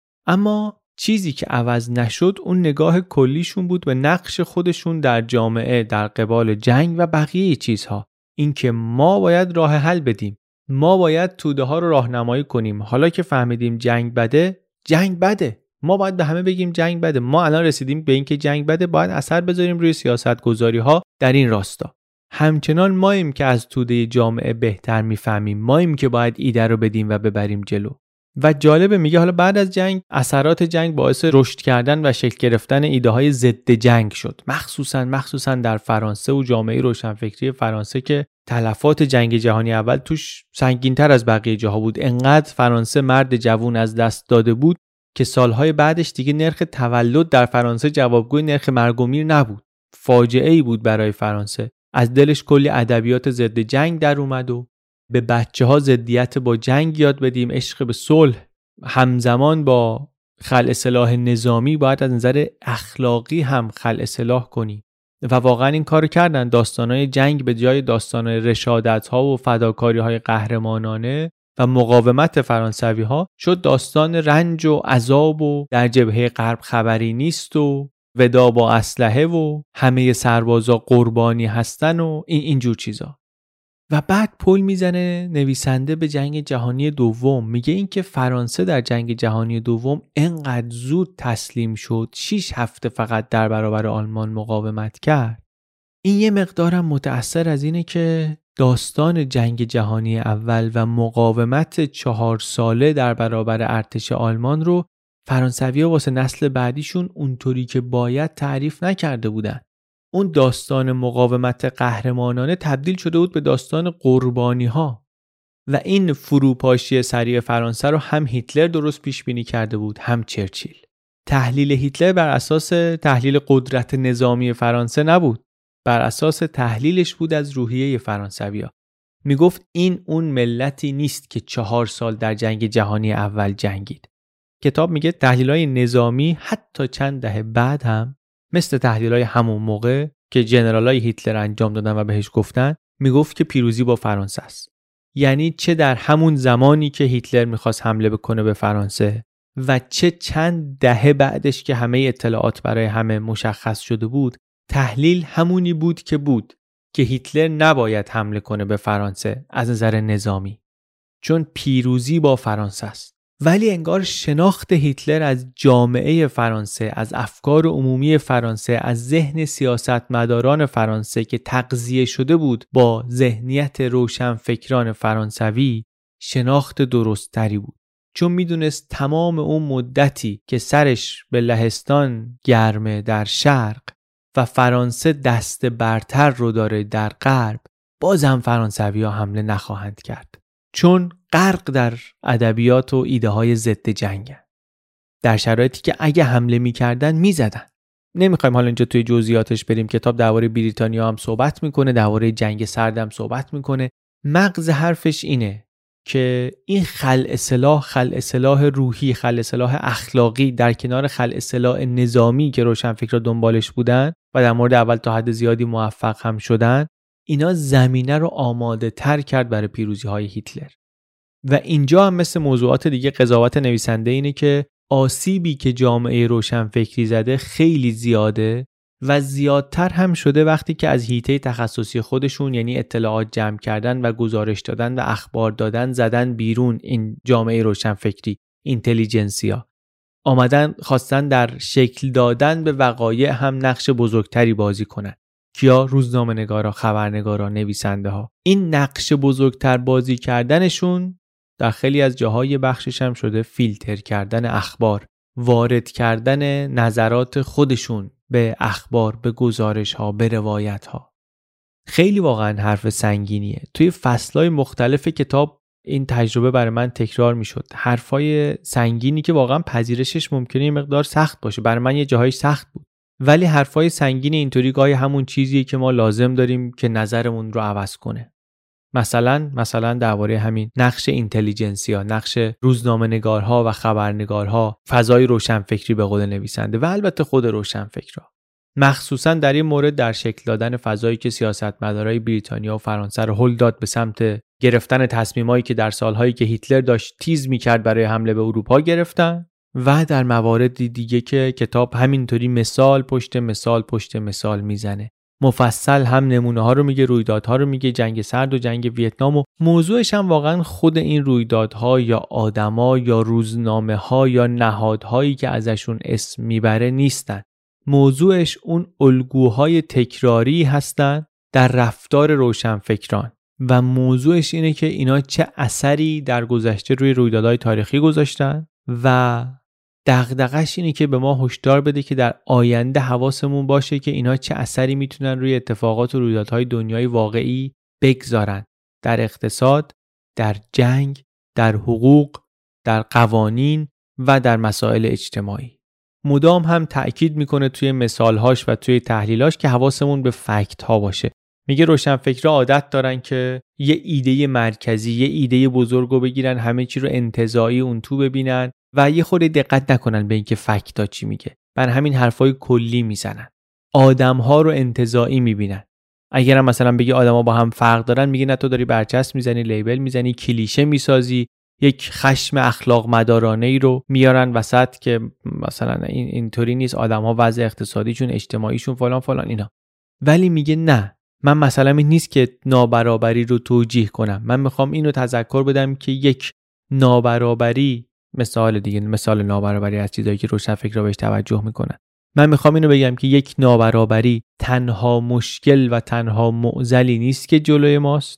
اما چیزی که عوض نشد اون نگاه کلیشون بود به نقش خودشون در جامعه در قبال جنگ و بقیه چیزها. اینکه ما باید راه حل بدیم، ما باید توده ها رو راهنمایی کنیم. حالا که فهمیدیم جنگ بده، جنگ بده، ما باید به همه بگیم جنگ بده. ما الان رسیدیم به اینکه جنگ بده، باید اثر بذاریم روی سیاست‌گذاری ها در این راستا. همچنان ماییم که از توده جامعه بهتر میفهمیم، ماییم که باید ایده رو بدیم و ببریم جلو. و جالبه میگه حالا بعد از جنگ اثرات جنگ باعث رشد کردن و شکل گرفتن ایده های ضد جنگ شد، مخصوصا مخصوصا در فرانسه و جامعه روشنفکری فرانسه که تلفات جنگ جهانی اول توش سنگین‌تر از بقیه جاها بود. انقدر فرانسه مرد جوون از دست داده بود که سالهای بعدش دیگه نرخ تولد در فرانسه جوابگوی نرخ مرگ و میر نبود. فاجعه‌ای بود برای فرانسه. از دلش کلی ادبیات ضد جنگ در اومد و به بچه‌ها ضدیت با جنگ یاد بدیم، عشق به صلح، همزمان با خلع سلاح نظامی باید از نظر اخلاقی هم خلع سلاح کنی. و واقعا این کارو کردن. داستانهای جنگ به جای داستانهای رشادت‌ها و فداکاری‌های قهرمانانه و مقاومت فرانسوی‌ها شد داستان رنج و عذاب و در جبهه غرب خبری نیست و ودا با اسلحه و همه سربازا قربانی هستن و این اینجور چیزا. و بعد پل میزنه نویسنده به جنگ جهانی دوم. میگه این که فرانسه در جنگ جهانی دوم انقدر زود تسلیم شد، شش هفته فقط در برابر آلمان مقاومت کرد. این یه مقدارم متأثر از اینه که داستان جنگ جهانی اول و مقاومت چهار ساله در برابر ارتش آلمان رو فرانسوی‌ها واسه نسل بعدیشون اونطوری که باید تعریف نکرده بودن. اون داستان مقاومت قهرمانانه تبدیل شده بود به داستان قربانی ها و این فروپاشی سریع فرانسه رو هم هیتلر درست پیش بینی کرده بود، هم چرچیل. تحلیل هیتلر بر اساس تحلیل قدرت نظامی فرانسه نبود، بر اساس تحلیلش بود از روحیه فرانسوی‌ها. میگفت این اون ملتی نیست که چهار سال در جنگ جهانی اول جنگید. کتاب میگه تحلیل‌های نظامی حتی چند دهه بعد هم مثل تحلیل‌های همون موقع که جنرالای هیتلر انجام دادن و بهش گفتن، میگفت که پیروزی با فرانسه است. یعنی چه در همون زمانی که هیتلر میخواست حمله بکنه به فرانسه و چه چند دهه بعدش که همه اطلاعات برای همه مشخص شده بود، تحلیل همونی بود که بود که هیتلر نباید حمله کنه به فرانسه از نظر نظامی، چون پیروزی با فرانسه است. ولی انگار شناخت هیتلر از جامعه فرانسه، از افکار عمومی فرانسه، از ذهن سیاستمداران فرانسه که تغذیه شده بود با ذهنیت روشنفکران فرانسوی، شناخت درستری بود. چون میدونست تمام اون مدتی که سرش به لهستان گرمه در شرق و فرانسه دست برتر رو داره در غرب، بازم فرانسوی ها حمله نخواهند کرد، چون غرق در ادبیات و ایده های ضد جنگن. در شرایطی که اگه حمله میکردن میزدن. نمیخوایم حالا اینجا توی جزئیاتش بریم. کتاب درباره بریتانیا هم صحبت میکنه، درباره جنگ سرد هم صحبت میکنه. مغز حرفش اینه که این خلع سلاح، خلع سلاح روحی، خلع سلاح اخلاقی در کنار خلع سلاح نظامی که روشنفکرها دنبالش بودن و در مورد اول تا حد زیادی موفق هم شدن، اینا زمینه رو آماده تر کرد برای پیروزی های هیتلر. و اینجا هم مثل موضوعات دیگه قضاوت نویسنده اینه که آسیبی که جامعه روشنفکری زده خیلی زیاده و زیادتر هم شده وقتی که از حیطه تخصصی خودشون، یعنی اطلاعات جمع کردن و گزارش دادن و اخبار دادن، زدن بیرون. این جامعه روشنفکری، اینتلیجنسیا، آمدن خواستن در شکل دادن به وقایع هم نقش بزرگتری بازی کنن. کیا؟ روزنامه‌نگارا، خبرنگارا، نویسنده ها. این نقش بزرگتر بازی کردنشون در خیلی از جاهای بخشش هم شده فیلتر کردن اخبار، وارد کردن نظرات خودشون به اخبار، به گزارش ها، به روایت ها. خیلی واقعا حرف سنگینیه. توی فصلهای مختلف کتاب این تجربه برای من تکرار می شد. حرفای سنگینی که واقعا پذیرشش ممکنه یه مقدار سخت باشه. برای من یه جاهایش سخت بود. ولی حرفای سنگین اینطوری گاهی همون چیزیه که ما لازم داریم که نظرمون رو عوض کنه. مثلا مثلا درباره همین نقش اینتلیجنسیا، نقش روزنامه‌نگارها و خبرنگارها، فضای روشنفکری به قول نویسنده و البته خود روشنفکرها، مخصوصا در این مورد در شکل دادن فضایی که سیاستمدارای بریتانیا و فرانسه رو هل داد به سمت گرفتن تصمیمایی که در سالهایی که هیتلر داشت تیز میکرد برای حمله به اروپا گرفتن و در موارد دیگه که کتاب همینطوری مثال پشت مثال پشت مثال میزنه. مفصل هم نمونه ها رو میگه، رویدادها رو میگه، جنگ سرد و جنگ ویتنام، و موضوعش هم واقعا خود این رویدادها یا آدما یا روزنامه ها یا نهادهایی که ازشون اسم میبره نیستن. موضوعش اون الگوهای تکراری هستن در رفتار روشنفکران و موضوعش اینه که اینا چه اثری در گذشته روی رویدادهای تاریخی گذاشتن و دغدغش اینه که به ما هشدار بده که در آینده حواسمون باشه که اینا چه اثری میتونن روی اتفاقات و رویدادهای دنیای واقعی بگذارن، در اقتصاد، در جنگ، در حقوق، در قوانین و در مسائل اجتماعی. مدام هم تأکید میکنه توی مثالهاش و توی تحلیلاش که حواسمون به فکت ها باشه. میگه روشنفکرها عادت دارن که یه ایده مرکزی، یه ایده بزرگو بگیرن، همه چی رو انتزاعی اون تو ببینن و یه خورده دقت نکنن به اینکه فکتا چی میگه. بر همین حرفای کلی میزنن. آدم‌ها رو انتزاعی میبینن. اگر هم مثلا بگی آدم‌ها با هم فرق دارن، میگه نه تو داری برچسب میزنی، لیبل میزنی، کلیشه میسازی، یک خشم اخلاق مدارانه‌ای رو میارن وسط که مثلا این اینطوری نیست، آدم‌ها وضع اقتصادیشون، اجتماعیشون فلان فلان اینا. ولی میگه نه، من مثلا این نیست که نابرابری رو توجیه کنم. من میخوام اینو تذکر بدم که یک نابرابری، مثال دیگه، مثال نابرابری از چیزایی که روشنفکرها بهش توجه میکنن. من میخوام اینو بگم که یک نابرابری تنها مشکل و تنها معضلی نیست که جلوی ماست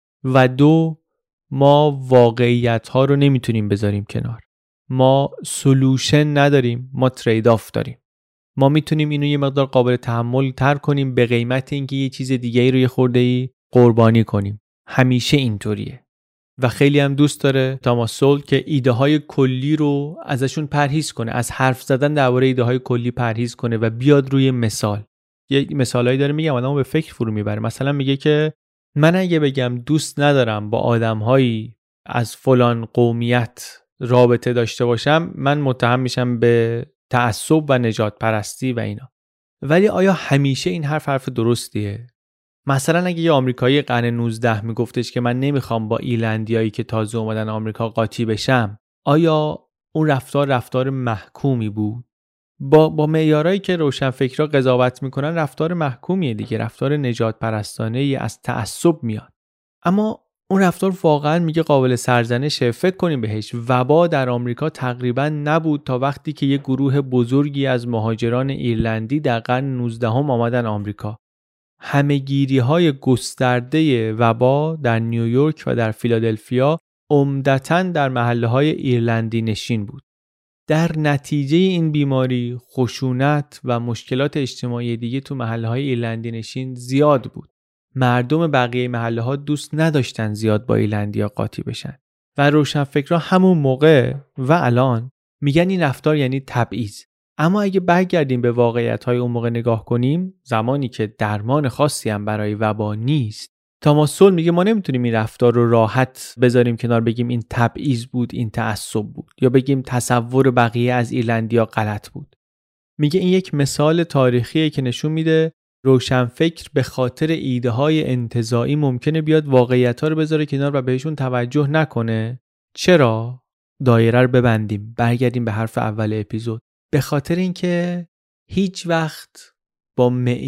و دو، ما واقعیت ها رو نمیتونیم بذاریم کنار. ما سولوشن نداریم، ما ترید آف داریم. ما میتونیم اینو یه مقدار قابل تحمل تر کنیم به قیمت اینکه یه چیز دیگه ای رو یه خورده ای قربانی کنیم. همیشه اینطوریه. و خیلی هم دوست داره تاماس سول که ایده های کلی رو ازشون پرهیز کنه، از حرف زدن درباره ایده های کلی پرهیز کنه و بیاد روی مثال. یه مثالایی داره میگم آدمو به فکر فرو میبره. مثلا میگه که من اگه بگم دوست ندارم با آدمهایی از فلان قومیت رابطه داشته باشم، من متهم میشم به تعصب و نجات پرستی و اینا. ولی آیا همیشه این حرف حرف درستیه؟ مثلا اگه یه آمریکایی قرن نوزدهم میگفتش که من نمیخوام با ایرلندیایی که تازه اومدن آمریکا قاطی بشم، آیا اون رفتار رفتار محکومی بود؟ با با معیارایی که روشنفکرها قضاوت میکنن رفتار محکومیه دیگه، رفتار نجات پرستانه‌ای از تعصب میاد. اما اون رفتار واقعا میگه قابل سرزنشه. فکر کنیم بهش. وبا در آمریکا تقریبا نبود تا وقتی که یه گروه بزرگی از مهاجران ایرلندی در قرن نوزدهم آمدن آمریکا. همه‌گیری‌های گسترده وبا در نیویورک و در فیلادلفیا عمدتاً در محله‌های ایرلندی نشین بود. در نتیجه این بیماری خشونت و مشکلات اجتماعی دیگه تو محله‌های ایرلندی نشین زیاد بود. مردم بقیه محله‌ها دوست نداشتن زیاد با ایرلندی‌ها قاطی بشن و روشنفکرها همون موقع و الان میگن این رفتار یعنی تبعیض. اما اگه برگردیم به واقعیت‌های اون موقع نگاه کنیم، زمانی که درمان خاصی هم برای وبا نیست، تاماس سول میگه ما نمیتونیم این رفتار رو راحت بذاریم کنار، بگیم این تبعیض بود، این تعصب بود، یا بگیم تصور بقیه از ایرلندیا غلط بود. میگه این یک مثال تاریخیه که نشون میده روشنفکر به خاطر ایده های انتزاعی ممکنه بیاد واقعیت‌ها رو بذاره کنار و بهشون توجه نکنه. چرا؟ دایره رو ببندیم، برگردیم به حرف اول اپیزود. به خاطر اینکه هیچ وقت با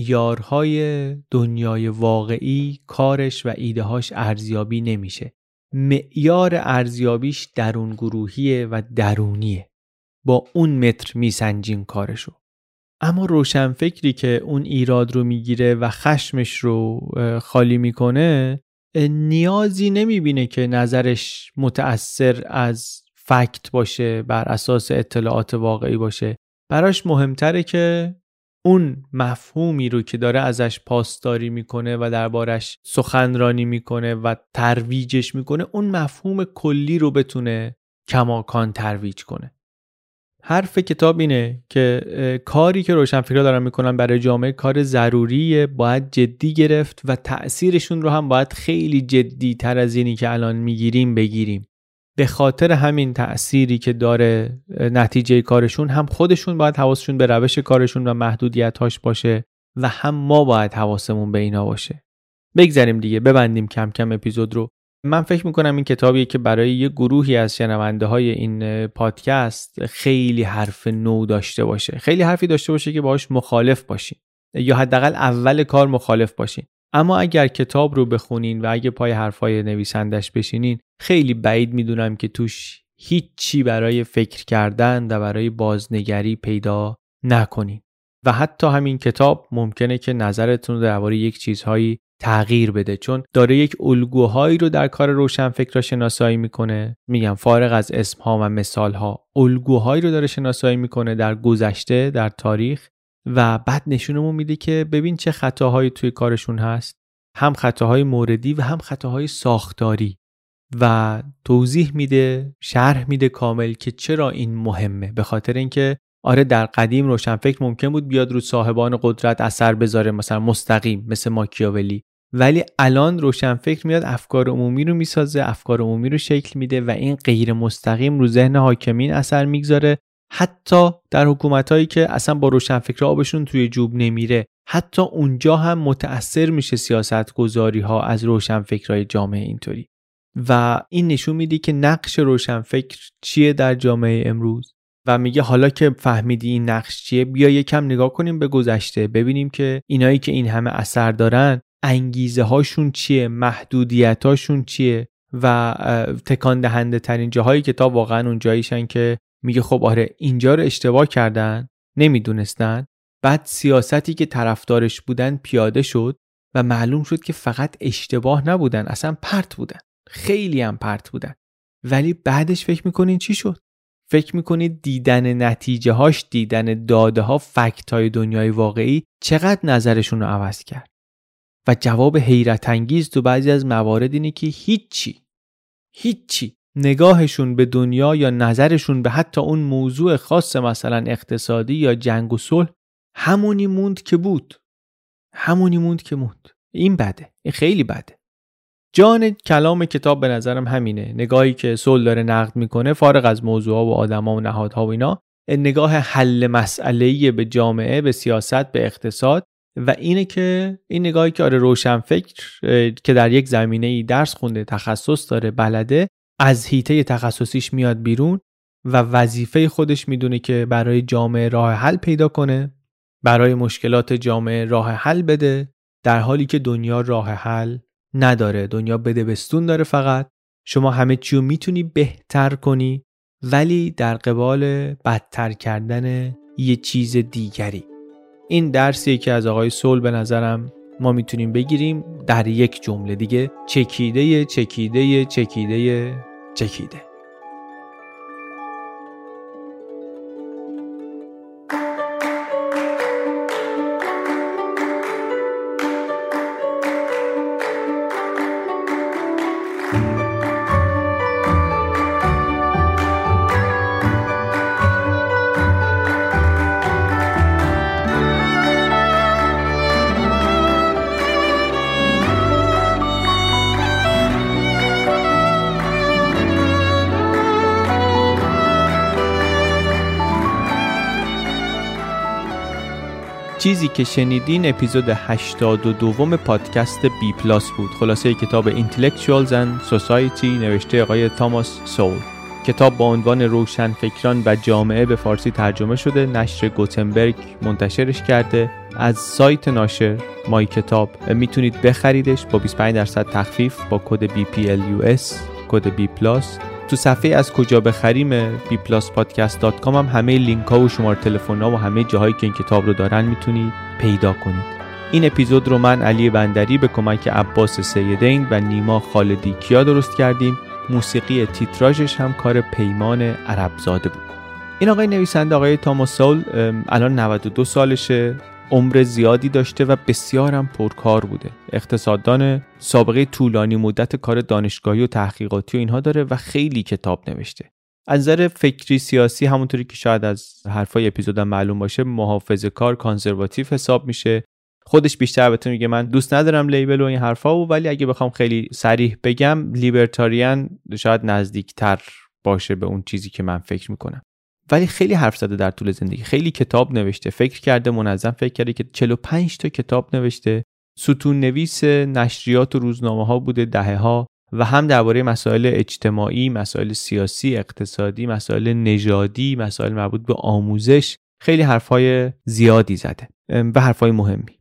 معیارهای دنیای واقعی کارش و ایده‌هاش ارزیابی نمیشه. معیار ارزیابیش درون گروهیه و درونیه. با اون متر میسنجین کارشو. اما روشنفکری که اون ایراد رو میگیره و خشمش رو خالی میکنه، نیازی نمیبینه که نظرش متأثر از فکت باشه، بر اساس اطلاعات واقعی باشه. براش مهمتره که اون مفهومی رو که داره ازش پاسداری میکنه و دربارش سخنرانی میکنه و ترویجش میکنه، اون مفهوم کلی رو بتونه کماکان ترویج کنه. حرف کتاب اینه که کاری که روشنفکرها دارن میکنن برای جامعه کار ضروریه، باید جدی گرفت و تأثیرشون رو هم باید خیلی جدی تر از اینی که الان میگیریم بگیریم. به خاطر همین تأثیری که داره نتیجه کارشون، هم خودشون باید حواسشون به روش کارشون و محدودیت‌هاش باشه و هم ما باید حواسمون به اینا باشه. بگذاریم دیگه، ببندیم کم کم اپیزود رو. من فکر میکنم این کتابیه که برای یه گروهی از شنونده های این پادکست خیلی حرف نو داشته باشه، خیلی حرفی داشته باشه که باهاش مخالف باشین یا حداقل اول کار مخالف باشین. اما اگر کتاب رو بخونین و اگه پای حرفای نویسندش بشینین، خیلی بعید میدونم که توش هیچی برای فکر کردن و برای بازنگری پیدا نکنین. و حتی همین کتاب ممکنه که نظرتون درباره یک چیزهایی تغییر بده، چون داره یک الگوهایی رو در کار روشنفکرها شناسایی میکنه. میگم فارغ از اسمها و مثالها، الگوهایی رو داره شناسایی میکنه در گذشته، در تاریخ، و بعد نشونمون میده که ببین چه خطاهایی توی کارشون هست، هم خطاهای موردی و هم خطاهای ساختاری، و توضیح میده، شرح میده کامل که چرا این مهمه. به خاطر اینکه آره در قدیم روشنفکر ممکن بود بیاد رو صاحبان قدرت اثر بذاره، مثلا مستقیم مثل ماکیاولی، ولی الان روشنفکر میاد افکار عمومی رو میسازه، افکار عمومی رو شکل میده و این غیر مستقیم رو ذهن حاکمین اثر میگذاره. حتی در حکومتایی که اصلا با روشنفکرها آبشون توی جوب نمیره، حتی اونجا هم متأثر میشه سیاست گذاری ها از روشنفکرهای جامعه اینطوری. و این نشون میده که نقش روشنفکر چیه در جامعه امروز. و میگه حالا که فهمیدی این نقش چیه، بیا یکم نگاه کنیم به گذشته، ببینیم که اینایی که این همه اثر دارن انگیزه هاشون چیه، محدودیت هاشون چیه، و تکان دهنده ترین جاهایی که تا واقعا اون جاییشن که میگه خب آره اینجا رو اشتباه کردن، نمیدونستن. بعد سیاستی که طرفدارش بودن پیاده شد و معلوم شد که فقط اشتباه نبودن، اصلا پرت بودن، خیلی هم پرت بودن. ولی بعدش فکر میکنین چی شد؟ فکر میکنید دیدن نتیجه هاش، دیدن داده ها، فکت های دنیای واقعی چقدر نظرشون رو عوض کرد؟ و جواب حیرت انگیز تو بعضی از موارد اینه که هیچی هیچی نگاهشون به دنیا یا نظرشون به حتی اون موضوع خاص مثلا اقتصادی یا جنگ و صلح همونی موند که بود، همونی موند که موند. این بده، این خیلی بده. جان کلام کتاب به نظرم همینه، نگاهی که سول داره نقد میکنه فارغ از موضوعها و آدم‌ها و نهادها و اینا، نگاه حل مسئله‌ای به جامعه، به سیاست، به اقتصاد، و اینه که این نگاهی که آره روشنفکر که در یک زمینه‌ای درس خونده، تخصص داره، بلده، از حیطه تخصصیش میاد بیرون و وظیفه خودش میدونه که برای جامعه راه حل پیدا کنه، برای مشکلات جامعه راه حل بده، در حالی که دنیا راه حل نداره. دنیا بدبستون داره، فقط شما همه چیو میتونی بهتر کنی، ولی در قبال بدتر کردن یه چیز دیگری. این درسیه که از آقای سول به نظرم ما میتونیم بگیریم در یک جمله دیگه: چکیده چکیده چکیده چکیده. چیزی که شنیدین اپیزود هشتاد و دوم پادکست بی پلاس بود، خلاصه کتاب Intellectuals and Society نوشته آقای تاماس سول. کتاب با عنوان روشنفکران و جامعه به فارسی ترجمه شده، نشر گوتنبرگ منتشرش کرده. از سایت ناشر مای کتاب میتونید بخریدش با بیست و پنج درصد تخفیف با کد بی پی ال یو اس، کد بی پلاس. تو صفحه از کجا بخریم بی پلاس پادکست دات کام هم همه لینک ها و شماره تلفن ها و همه جاهایی که این کتاب رو دارن میتونید پیدا کنید. این اپیزود رو من علی بندری به کمک عباس سیدین و نیما خالدی کیا درست کردیم. موسیقی تیتراژش هم کار پیمان عربزاده بود. این آقای نویسنده، آقای تاماس سول، الان نود و دو سالشه، عمر زیادی داشته و بسیار هم پرکار بوده. اقتصاددان، سابقه طولانی مدت کار دانشگاهی و تحقیقاتی و اینها داره و خیلی کتاب نوشته. از نظر فکری سیاسی همونطوری که شاید از حرفای اپیزودم معلوم باشه، محافظه‌کار، کانسرواتیو حساب میشه. خودش بیشتر بهتون میگه من دوست ندارم لیبل و این حرفا، و ولی اگه بخوام خیلی صریح بگم لیبرتاریان شاید نزدیکتر باشه به اون چیزی که من فکر میکنم. ولی خیلی حرف زده در طول زندگی، خیلی کتاب نوشته، فکر کرده، منظم فکر کرده که چهل و پنج تا کتاب نوشته. ستون نویس نشریات و روزنامه ها بوده دهه ها و هم درباره مسائل اجتماعی، مسائل سیاسی، اقتصادی، مسائل نژادی، مسائل مربوط به آموزش، خیلی حرفای زیادی زده و حرفای مهمی.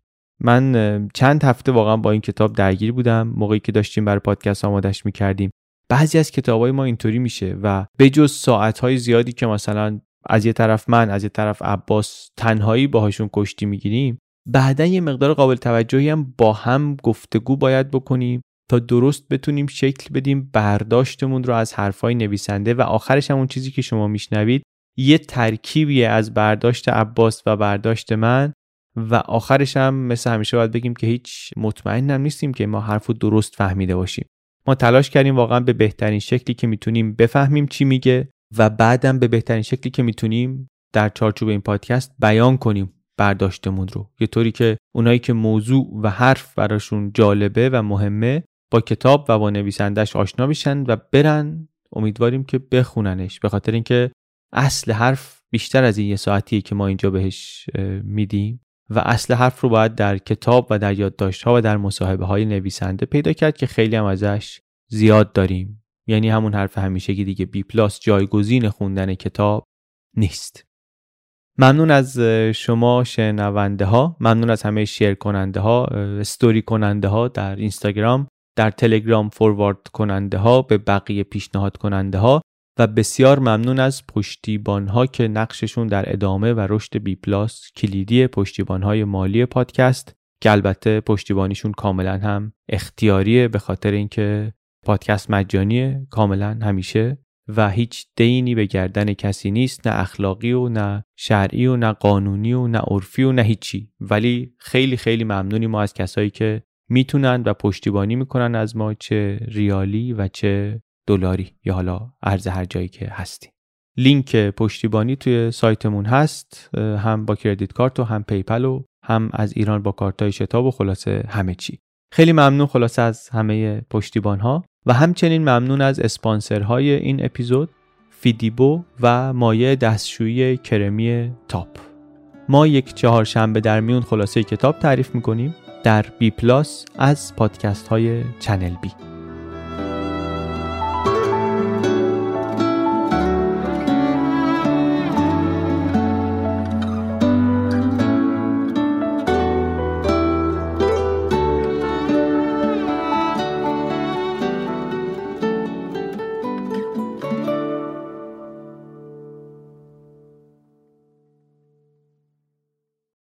من چند هفته واقعا با این کتاب درگیر بودم موقعی که داشتیم برای پادکست آمادش می‌کردیم. بعضی از کتابای ما اینطوری میشه و به جز ساعت‌های زیادی که مثلا از یه طرف من از یه طرف عباس تنهایی باهاشون کشتی میگیریم، بعدن یه مقدار قابل توجهی هم با هم گفتگو باید بکنیم تا درست بتونیم شکل بدیم برداشتمون رو از حرفای نویسنده و آخرش هم اون چیزی که شما میشنوید یه ترکیبیه از برداشت عباس و برداشت من و آخرش هم مثل همیشه باید بگیم که هیچ مطمئنم نیستیم که ما حرفو درست فهمیده باشیم. ما تلاش کردیم واقعا به بهترین شکلی که میتونیم بفهمیم چی میگه و بعدم به بهترین شکلی که میتونیم در چارچوب این پادکست بیان کنیم برداشتمون رو، یه طوری که اونایی که موضوع و حرف براشون جالبه و مهمه با کتاب و با نویسندش آشنا بشن و برن امیدواریم که بخوننش، به خاطر اینکه اصل حرف بیشتر از این یه ساعتیه که ما اینجا بهش میدیم و اصل حرف رو باید در کتاب و در یادداشت‌ها و در مصاحبه های نویسنده پیدا کرد که خیلی هم ازش زیاد داریم. یعنی همون حرف همیشگی دیگه، بی پلاس جایگزین خوندن کتاب نیست. ممنون از شما شنونده ها، ممنون از همه شیر کننده ها، استوری کننده ها در اینستاگرام، در تلگرام فوروارد کننده ها، به بقیه پیشنهاد کننده ها و بسیار ممنون از پشتیبان ها که نقششون در ادامه و رشد بی پلاس کلیدی، پشتیبان های مالی پادکست که البته پشتیبانیشون کاملا هم اختیاریه به خاطر اینکه پادکست مجانیه کاملا همیشه و هیچ دینی به گردن کسی نیست، نه اخلاقی و نه شرعی و نه قانونی و نه عرفی و نه هیچی. ولی خیلی خیلی ممنونی ما از کسایی که میتونن و پشتیبانی میکنن از ما، چه ریالی و چه دلاری یا حالا ارز هر جایی که هستی. لینک پشتیبانی توی سایتمون هست، هم با کردیت کارت و هم پیپل و هم از ایران با کارتای شتاب و خلاصه همه چی. خیلی ممنون خلاصه از همه پشتیبان ها و همچنین ممنون از اسپانسرهای این اپیزود، فیدیبو و مایع دستشویی کرمی تاپ. ما یک چهارشنبه در میون خلاصه کتاب تعریف میکنیم در بی پلاس از پادکست های چنل بی.